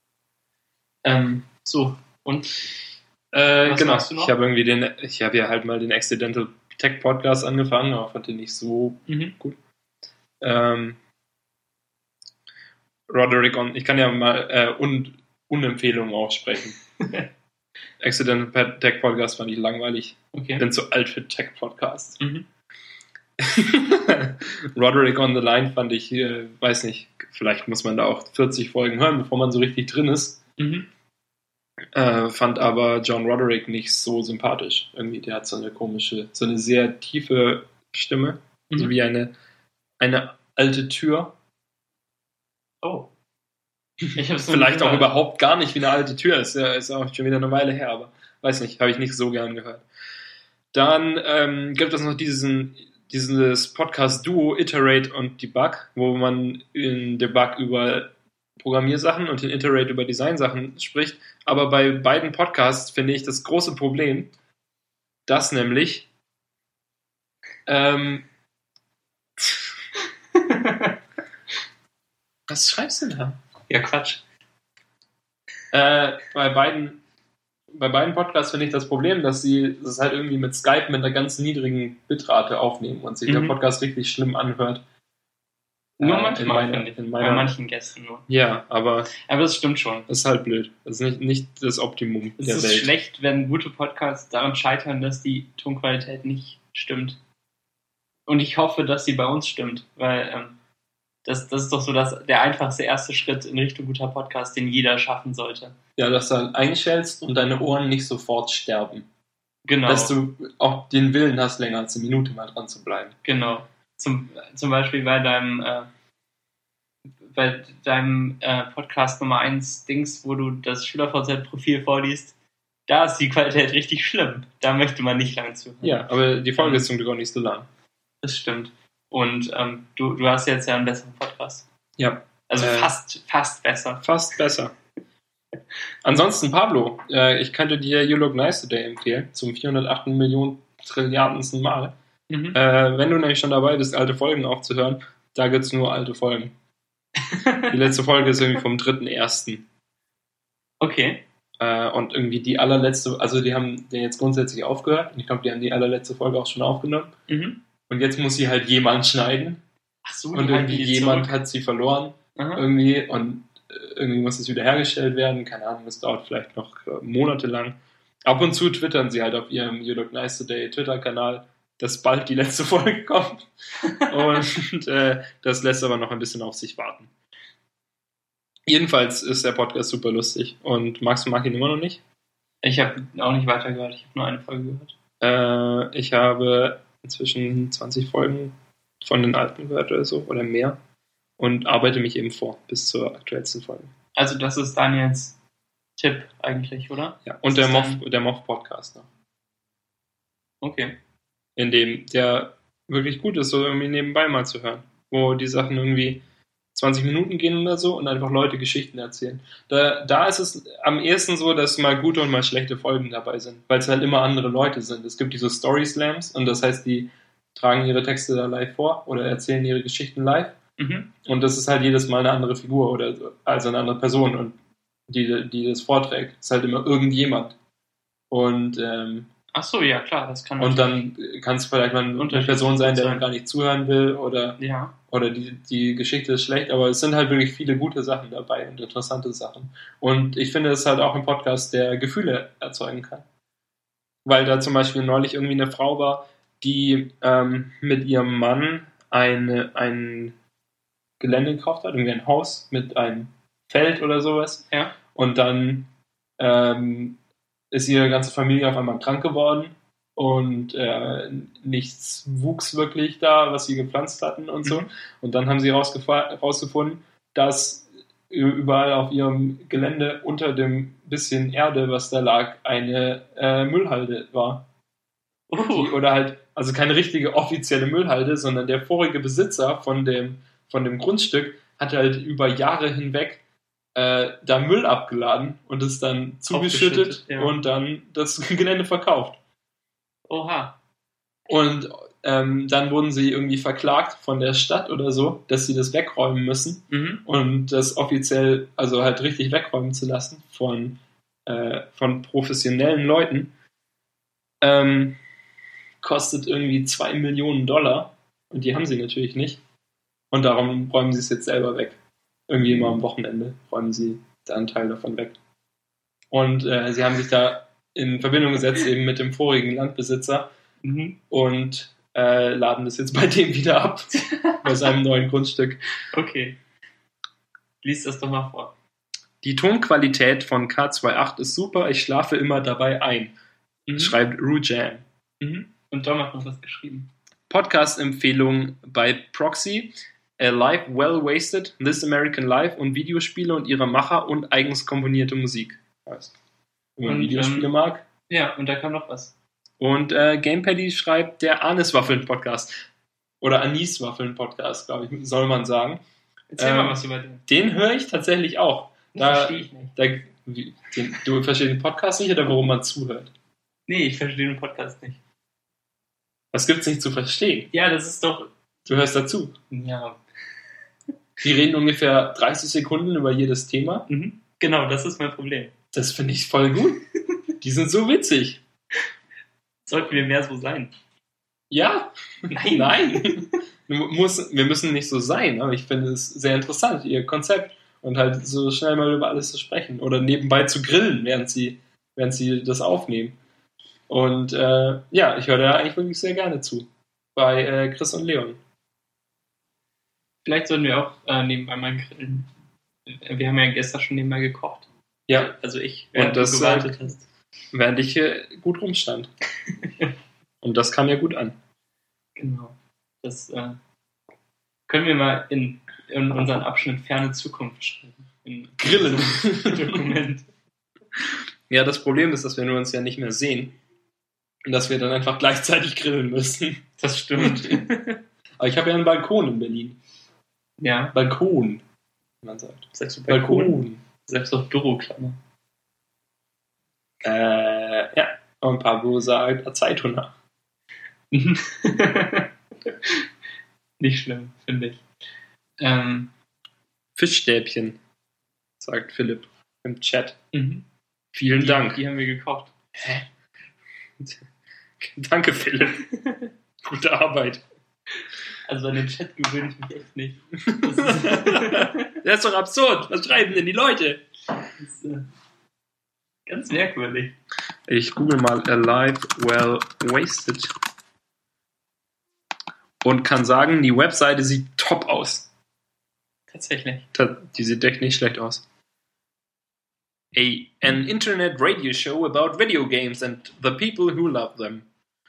So, und was machst du noch? Ich habe ja halt mal den Accidental Tech Podcast angefangen, aber fand den nicht so gut. Roderick ich kann ja mal Unempfehlungen aussprechen. Accidental Tech Podcast fand ich langweilig. Okay. Bin zu alt für Tech Podcasts. Roderick on the Line fand ich, weiß nicht, vielleicht muss man da auch 40 Folgen hören, bevor man so richtig drin ist. Fand aber John Roderick nicht so sympathisch. Irgendwie, der hat so eine sehr tiefe Stimme, so wie eine alte Tür. Oh. Vielleicht auch überhaupt gar nicht wie eine alte Tür. Ist auch schon wieder eine Weile her, aber weiß nicht, habe ich nicht so gern gehört. Dann gibt es noch dieses Podcast-Duo Iterate und Debug, wo man in Debug über Programmiersachen und in Iterate über Designsachen spricht. Aber bei beiden Podcasts finde ich das große Problem, dass nämlich was schreibst du da? Ja, Quatsch. Bei beiden Podcasts finde ich das Problem, dass sie das halt irgendwie mit Skype mit einer ganz niedrigen Bitrate aufnehmen und sich der Podcast richtig schlimm anhört. Nur manchmal, finde ich. Bei manchen Gästen nur. Ja, aber das stimmt schon. Das ist halt blöd. Das ist nicht das Optimum der Welt. Es ist schlecht, wenn gute Podcasts daran scheitern, dass die Tonqualität nicht stimmt. Und ich hoffe, dass sie bei uns stimmt, weil das ist doch so der einfachste erste Schritt in Richtung guter Podcast, den jeder schaffen sollte. Ja, dass du halt einschältst und deine Ohren nicht sofort sterben. Genau. Dass du auch den Willen hast, länger als eine Minute mal dran zu bleiben. Genau. Zum Beispiel bei deinem Podcast Nummer 1 Dings, wo du das SchülerVZ-Profil vorliest, da ist die Qualität richtig schlimm. Da möchte man nicht lange zuhören. Ja, aber die Folge ist zum Glück auch nicht so lang. Das stimmt. Und du hast jetzt ja einen besseren Podcast. Ja. Also fast besser. Fast besser. Ansonsten, Pablo, ich könnte dir You Look Nice Today empfehlen, zum 408 Millionen Trilliardensten Mal. Wenn du nämlich schon dabei bist, alte Folgen aufzuhören, da gibt es nur alte Folgen. Die letzte Folge ist irgendwie vom 3.1. Okay. Und irgendwie die allerletzte, also die haben den jetzt grundsätzlich aufgehört und ich glaube, die haben die allerletzte Folge auch schon aufgenommen. Und jetzt muss sie halt jemand schneiden. Ach so, und irgendwie jemand hat sie verloren. Irgendwie und irgendwie muss es wieder hergestellt werden. Keine Ahnung, das dauert vielleicht noch monatelang. Ab und zu twittern sie halt auf ihrem You Look Nice Today Twitter-Kanal, dass bald die letzte Folge kommt. Und das lässt aber noch ein bisschen auf sich warten. Jedenfalls ist der Podcast super lustig. Und mag ihn immer noch nicht? Ich habe auch nicht weitergehört. Ich habe nur eine Folge gehört. Ich habe inzwischen 20 Folgen von den alten gehört oder so, oder mehr. Und arbeite mich eben vor, bis zur aktuellsten Folge. Also das ist Daniels Tipp eigentlich, oder? Ja, und der Moff-Podcast noch. Okay. In dem der wirklich gut ist, so irgendwie nebenbei mal zu hören. Wo die Sachen irgendwie 20 Minuten gehen oder so und einfach Leute Geschichten erzählen. Da ist es am ehesten so, dass mal gute und mal schlechte Folgen dabei sind, weil es halt immer andere Leute sind. Es gibt diese Story Slams und das heißt, die tragen ihre Texte da live vor oder erzählen ihre Geschichten live. Und das ist halt jedes Mal eine andere Figur oder also eine andere Person und die das vorträgt. Das ist halt immer irgendjemand. Und ach so, ja klar, das kann. Und dann kann es vielleicht mal eine Person sein, der dann gar nicht zuhören will oder die Geschichte ist schlecht, aber es sind halt wirklich viele gute Sachen dabei und interessante Sachen. Und ich finde es halt auch ein Podcast, der Gefühle erzeugen kann. Weil da zum Beispiel neulich irgendwie eine Frau war, die mit ihrem Mann ein Gelände gekauft hat, irgendwie ein Haus mit einem Feld oder sowas. Ja. Und dann ist ihre ganze Familie auf einmal krank geworden und nichts wuchs wirklich da, was sie gepflanzt hatten und so. Und dann haben sie rausgefunden, dass überall auf ihrem Gelände unter dem bisschen Erde, was da lag, eine Müllhalde war. Oder halt, also keine richtige offizielle Müllhalde, sondern der vorige Besitzer von dem Grundstück hat halt über Jahre hinweg da Müll abgeladen und es dann zugeschüttet und dann das Gelände verkauft. Oha. Und dann wurden sie irgendwie verklagt von der Stadt oder so, dass sie das wegräumen müssen und das offiziell, also halt richtig wegräumen zu lassen von professionellen Leuten. Kostet irgendwie $2 Millionen und die haben sie natürlich nicht. Und darum räumen sie es jetzt selber weg. Irgendwie immer am Wochenende räumen sie da einen Teil davon weg. Und sie haben sich da in Verbindung gesetzt eben mit dem vorigen Landbesitzer und laden das jetzt bei dem wieder ab, bei seinem neuen Grundstück. Okay. Lies das doch mal vor. Die Tonqualität von K28 ist super, ich schlafe immer dabei ein, schreibt Rujan. Und Dom hat noch was geschrieben. Podcast-Empfehlung bei Proxy, A Life Well Wasted, This American Life und Videospiele und ihre Macher und eigens komponierte Musik. Weißt, wenn man Videospiele mag. Ja, und da kam noch was. Und Gamepaddy schreibt der Aniswaffeln-Podcast. Oder Aniswaffeln-Podcast, glaube ich, soll man sagen. Erzähl mal was über den. Den höre ich tatsächlich auch. Verstehe ich nicht. Du verstehst den Podcast nicht oder warum man zuhört? Nee, ich verstehe den Podcast nicht. Was gibt's nicht zu verstehen? Ja, das ist doch... Du hörst dazu. Ja. Die reden ungefähr 30 Sekunden über jedes Thema. Mhm. Genau, das ist mein Problem. Das finde ich voll gut. Die sind so witzig. Sollten wir mehr so sein? Ja. Nein. Nein. Wir müssen nicht so sein, aber ich finde es sehr interessant, ihr Konzept. Und halt so schnell mal über alles zu sprechen. Oder nebenbei zu grillen, während sie das aufnehmen. Und ja, ich höre da eigentlich wirklich sehr gerne zu. Bei Chris und Leon. Vielleicht sollten wir auch nebenbei mal grillen. Wir haben ja gestern schon nebenbei gekocht. Ja. Also ich, während du das gewartet hast. Während ich gut rumstand. Und das kam ja gut an. Genau. Das können wir mal in unseren Abschnitt ferne Zukunft schreiben. In Grillen. Dokument. Ja, das Problem ist, dass wir uns ja nicht mehr sehen. Und dass wir dann einfach gleichzeitig grillen müssen. Das stimmt. Aber ich habe ja einen Balkon in Berlin. Ja. Balkon, wie man sagt. Sagst du Balkon? Sagst du auch Büroklammer. Ja. Und Pablo sagt Zeithunger. Nicht schlimm, finde ich. Fischstäbchen, sagt Philipp im Chat. Mhm. Vielen Dank. Die haben wir gekocht. Hä? Danke, Philipp. Gute Arbeit. Also an den Chat gewöhne ich mich echt nicht. Das ist doch absurd. Was schreiben denn die Leute? Das ist ganz merkwürdig. Ich google mal Alive Well Wasted. Und kann sagen, die Webseite sieht top aus. Tatsächlich. Die sieht echt nicht schlecht aus. An internet radio show about video games and the people who love them.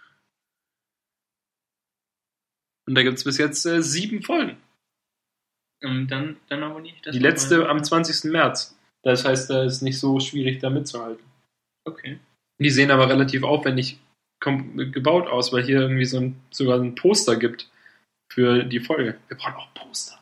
Und da gibt es bis jetzt 7 Folgen. Und dann abonniere ich das. Die letzte am 20. März. Das heißt, da ist nicht so schwierig, da mitzuhalten. Okay. Die sehen aber relativ aufwendig gebaut aus, weil hier irgendwie sogar ein Poster gibt für die Folge. Wir brauchen auch Poster.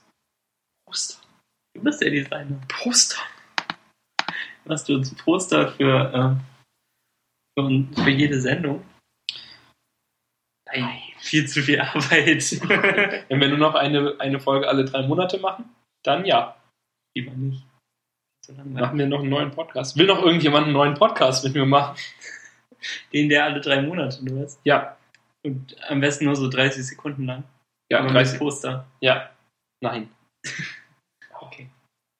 Du bist der Designer. Poster. Machst du uns ein Poster für jede Sendung? Nein, viel zu viel Arbeit. Und wenn wir nur noch eine Folge alle 3 Monate machen, dann ja. Lieber nicht. So Machen wir noch einen neuen Podcast. Will noch irgendjemand einen neuen Podcast mit mir machen? Den, der alle 3 Monate nur ist? Ja. Und am besten nur so 30 Sekunden lang? Ja, aber 30 mit Poster? Ja. Nein. Okay.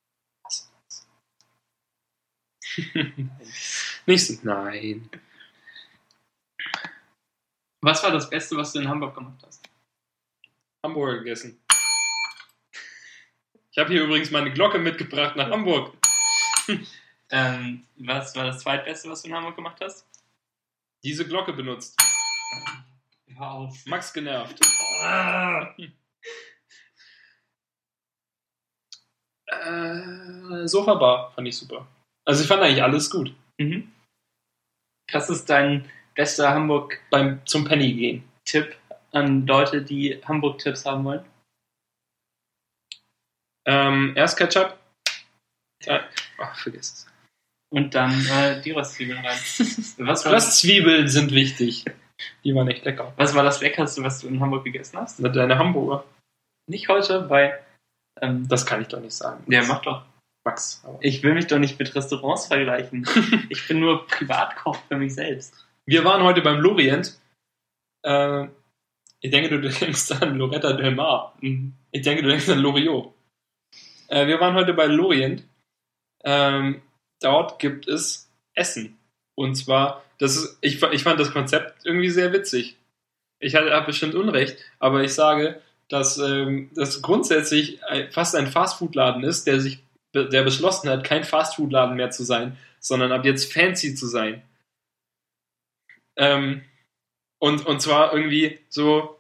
Nein. Was war das Beste, was du in Hamburg gemacht hast? Hamburger gegessen. Ich habe hier übrigens meine Glocke mitgebracht nach Hamburg. Was war das Zweitbeste, was du in Hamburg gemacht hast? Diese Glocke benutzt. Hör auf. Max genervt. Sofabar fand ich super. Also ich fand eigentlich alles gut. Mhm. Was ist dein bester Hamburg Zum Penny gehen. Tipp an Leute, die Hamburg-Tipps haben wollen? Erst Ketchup. Vergiss es. Und dann die Röstzwiebeln rein. Röstzwiebeln sind wichtig. Die waren echt lecker. Was war das Leckerste, was du in Hamburg gegessen hast? Mit deiner Hamburger. Nicht heute bei... das kann ich doch nicht sagen. Ja, mach doch. Max. Aber. Ich will mich doch nicht mit Restaurants vergleichen. Ich bin nur Privatkoch für mich selbst. Wir waren heute beim Lorient. Ich denke, du denkst an Loretta Del Mar. Mhm. Ich denke, du denkst an Loriot. Wir waren heute bei Lorient. Dort gibt es Essen. Und zwar, ich fand das Konzept irgendwie sehr witzig. Ich habe bestimmt Unrecht, aber ich sage, dass das grundsätzlich fast ein Fastfood-Laden ist, der beschlossen hat, kein Fastfood-Laden mehr zu sein, sondern ab jetzt fancy zu sein. Und zwar irgendwie so.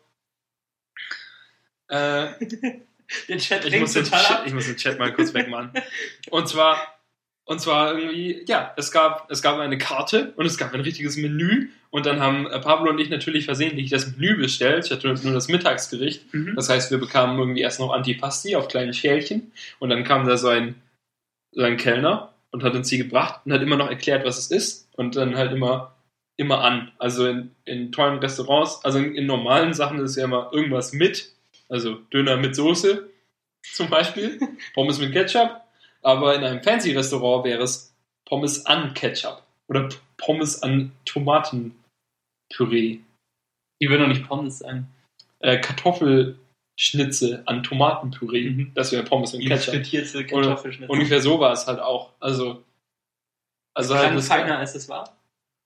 Den Chat ich muss den Chat mal kurz wegmachen. Und zwar Und zwar irgendwie, ja, es gab eine Karte und es gab ein richtiges Menü. Und dann haben Pablo und ich natürlich versehentlich das Menü bestellt. Ich hatte nur das Mittagsgericht. Das heißt, wir bekamen irgendwie erst noch Antipasti auf kleinen Schälchen. Und dann kam da so ein Kellner und hat uns die gebracht und hat immer noch erklärt, was es ist. Und dann halt immer an. Also in tollen Restaurants, also in normalen Sachen ist es ja immer irgendwas mit. Also Döner mit Soße zum Beispiel. Pommes mit Ketchup. Aber in einem Fancy-Restaurant wäre es Pommes an Ketchup oder Pommes an Tomatenpüree. Die würden doch nicht Pommes sein. Kartoffelschnitze an Tomatenpüree. Das wäre Pommes mit Ketchup. Frittierte Kartoffelschnitze. Ungefähr so war es halt auch. Also halt feiner, als es war.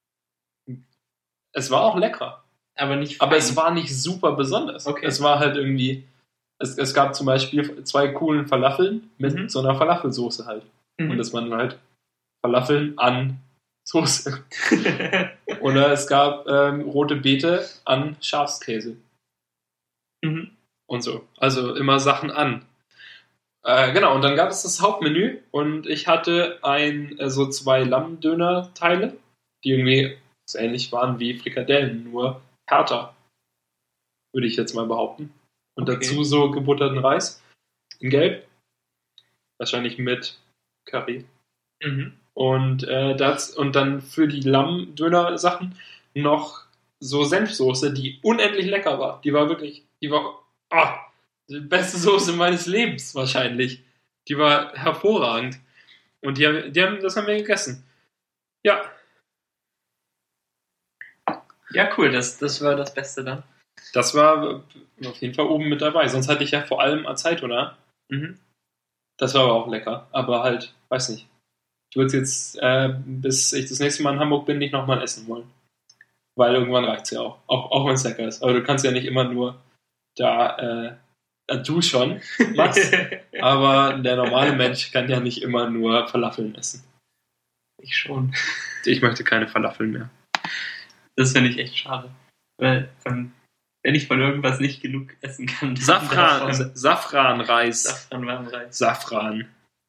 Es war auch lecker. Aber nicht fein. Aber es war nicht super besonders. Okay. Es war halt irgendwie... Es gab zum Beispiel 2 coolen Falafeln mit so einer Falafelsoße halt. Und das waren halt Falafeln an Soße. Oder es gab rote Beete an Schafskäse. Und so. Also immer Sachen an. Genau, und dann gab es das Hauptmenü und ich hatte so 2 Lammdöner-Teile, die irgendwie so ähnlich waren wie Frikadellen, nur härter. Würde ich jetzt mal behaupten. Und dazu so gebutterten Reis in Gelb. Wahrscheinlich mit Curry. Und dann für die Lammdöner-Sachen noch so Senfsoße, die unendlich lecker war. Die war die beste Soße meines Lebens wahrscheinlich. Die war hervorragend. Und das haben wir gegessen. Ja. Ja, cool, das war das Beste dann. Das war auf jeden Fall oben mit dabei. Sonst hatte ich ja vor allem Aceituna. Das war aber auch lecker. Aber halt, weiß nicht. Ich würde es jetzt, bis ich das nächste Mal in Hamburg bin, nicht nochmal essen wollen. Weil irgendwann reicht es ja auch. Auch wenn es lecker ist. Aber du kannst ja nicht immer nur du schon, Max. Aber der normale Mensch kann ja nicht immer nur Falafeln essen. Ich schon. Ich möchte keine Falafeln mehr. Das finde ich echt schade. Weil, wenn ich von irgendwas nicht genug essen kann. Safranreis. Safran.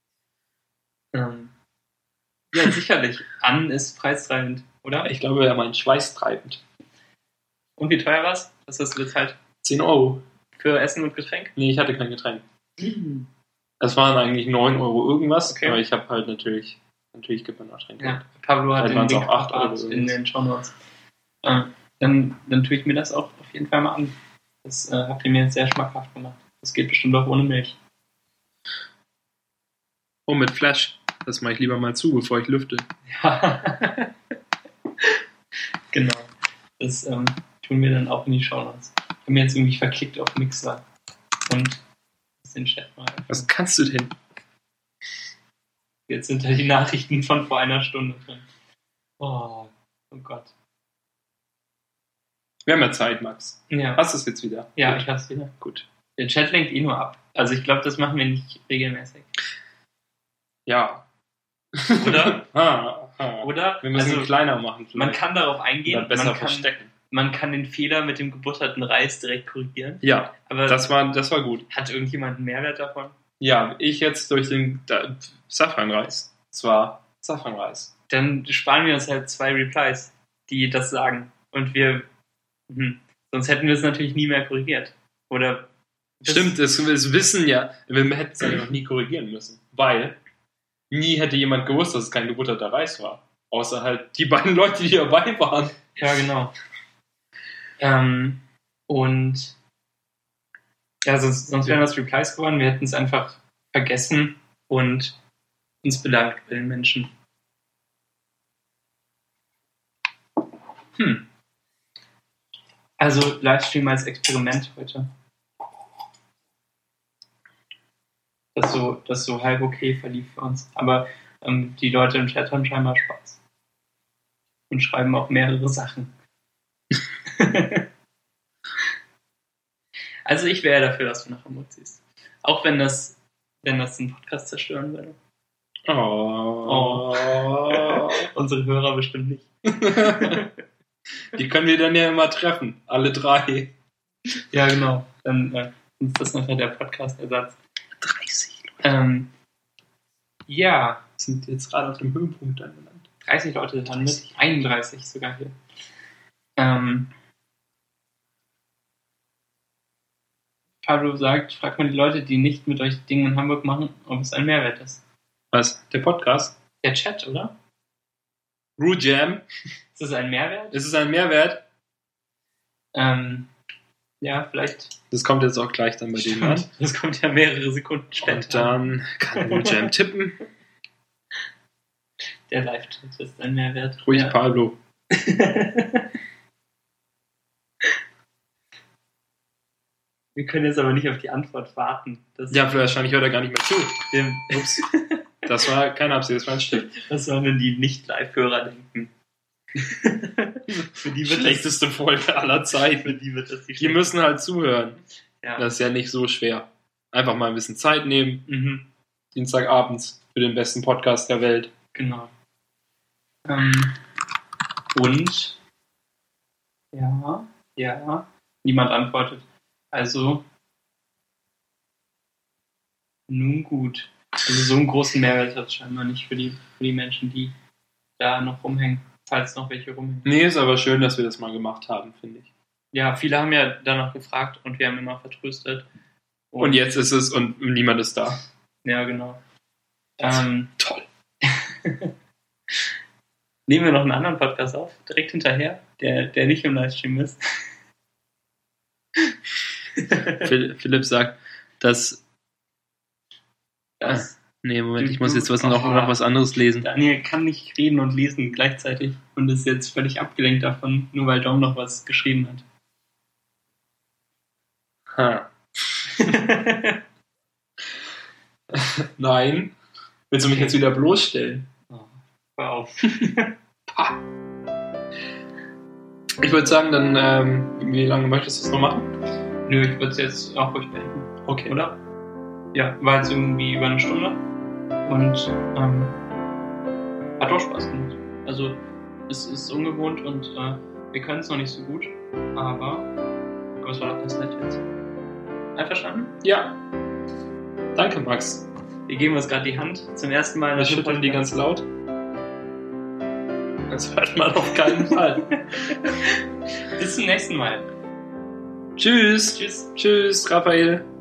Ja, sicherlich. An ist preistreibend, oder? Ich glaube, er meint schweißtreibend. Und wie teuer war's? Was hast du bezahlt? 10 Euro. Für Essen und Getränk? Nee, ich hatte kein Getränk. Es waren eigentlich 9 Euro irgendwas, aber ich habe halt natürlich gibt man noch Getränke. Ja, Pablo hat den Link auch 8 Euro in den Shownotes. Dann tue ich mir das auch auf jeden Fall mal an. Das habt ihr mir jetzt sehr schmackhaft gemacht. Das geht bestimmt auch ohne Milch. Oh, mit Flash. Das mache ich lieber mal zu, bevor ich lüfte. Ja. Genau. Das tun wir dann auch in die Shownotes. Ich habe mir jetzt irgendwie verklickt auf Mixer und den Chat mal. Was kannst du denn? Jetzt sind da die Nachrichten von vor einer Stunde drin. Oh Gott. Wir haben ja Zeit, Max. Ja. Hast du es jetzt wieder? Ja, ich hab's wieder. Gut. Der Chat lenkt nur ab. Also ich glaube, das machen wir nicht regelmäßig. Ja. Oder? Oder? Wir müssen ihn kleiner machen. Man kann darauf eingehen. Oder besser verstecken. Man kann den Fehler mit dem gebutterten Reis direkt korrigieren. Ja, aber das war gut. Hat irgendjemand einen Mehrwert davon? Ja, ich jetzt durch den Safranreis. Zwar Safranreis. Dann sparen wir uns halt 2 Replies, die das sagen. Und wir... Sonst hätten wir es natürlich nie mehr korrigiert. Oder... Stimmt, das wissen ja... Wir hätten es ja noch nie korrigieren müssen. Weil nie hätte jemand gewusst, dass es kein gebutterter Reis war. Außer halt die beiden Leute, die dabei waren. Ja, genau. Und ja, sonst wären das Replies geworden. Wir hätten es einfach vergessen und uns bedankt bei den Menschen. Also Livestream als Experiment heute. Das so halb okay verlief für uns. Aber die Leute im Chat haben scheinbar Spaß. Und schreiben auch mehrere Sachen. Also ich wäre dafür, dass du nach Hamburg ziehst. Auch wenn das den Podcast zerstören würde. Oh. Unsere Hörer bestimmt nicht. Die können wir dann ja immer treffen. Alle 3. Ja, genau. Dann ist das nachher der Podcast-Ersatz. 30. Ja. sind jetzt gerade auf dem Höhepunkt angelangt. 30 Leute hören mit. 31 sogar hier. Pablo sagt, fragt mal die Leute, die nicht mit euch Dinge in Hamburg machen, ob es ein Mehrwert ist. Was? Der Podcast? Der Chat, oder? Brew Jam. Ist das ein Mehrwert? Ist es ein Mehrwert? Ja, vielleicht. Das kommt jetzt auch gleich dann bei denen an. Das kommt ja mehrere Sekunden später. Und dann kann Brew Jam tippen. Der Live-Chat ist ein Mehrwert. Ruhig, ja. Pablo. Wir können jetzt aber nicht auf die Antwort warten. Ja, wahrscheinlich hört er gar nicht mehr zu. Ups. Das war keine Absicht, das war ein Stift. Das sollen die Nicht-Live-Hörer denken. Für die schlechteste Folge aller Zeiten. Für die wird das die müssen halt zuhören. Ja. Das ist ja nicht so schwer. Einfach mal ein bisschen Zeit nehmen. Mhm. Dienstagabends für den besten Podcast der Welt. Genau. Und ja, niemand antwortet. Also nun gut. Also so einen großen Mehrwert hat es scheinbar nicht für die Menschen, die da noch rumhängen, falls noch welche rumhängen. Nee, ist aber schön, dass wir das mal gemacht haben, finde ich. Ja, viele haben ja danach gefragt und wir haben immer vertröstet. Und jetzt ist es und niemand ist da. Ja, genau. Toll. Nehmen wir noch einen anderen Podcast auf, direkt hinterher, der nicht im Livestream ist. Philipp sagt, dass... nee, Moment, ich muss jetzt noch was anderes lesen. Daniel kann nicht reden und lesen gleichzeitig und ist jetzt völlig abgelenkt davon, nur weil Dom noch was geschrieben hat. Nein. Willst du mich jetzt wieder bloßstellen? Hör auf. Ich würde sagen, dann, wie lange möchtest du es noch machen? Nö, ich würde es jetzt auch ruhig beenden. Okay. Oder? Ja, war jetzt irgendwie über eine Stunde und hat auch Spaß gemacht. Also es ist ungewohnt und wir können es noch nicht so gut, aber es war doch ganz nett jetzt. Einverstanden? Ja. Danke, Max. Wir geben uns gerade die Hand zum ersten Mal. Wir schütteln die ganz laut. Das hört man auf keinen Fall. Bis zum nächsten Mal. Tschüss. Tschüss. Tschüss, Raphael.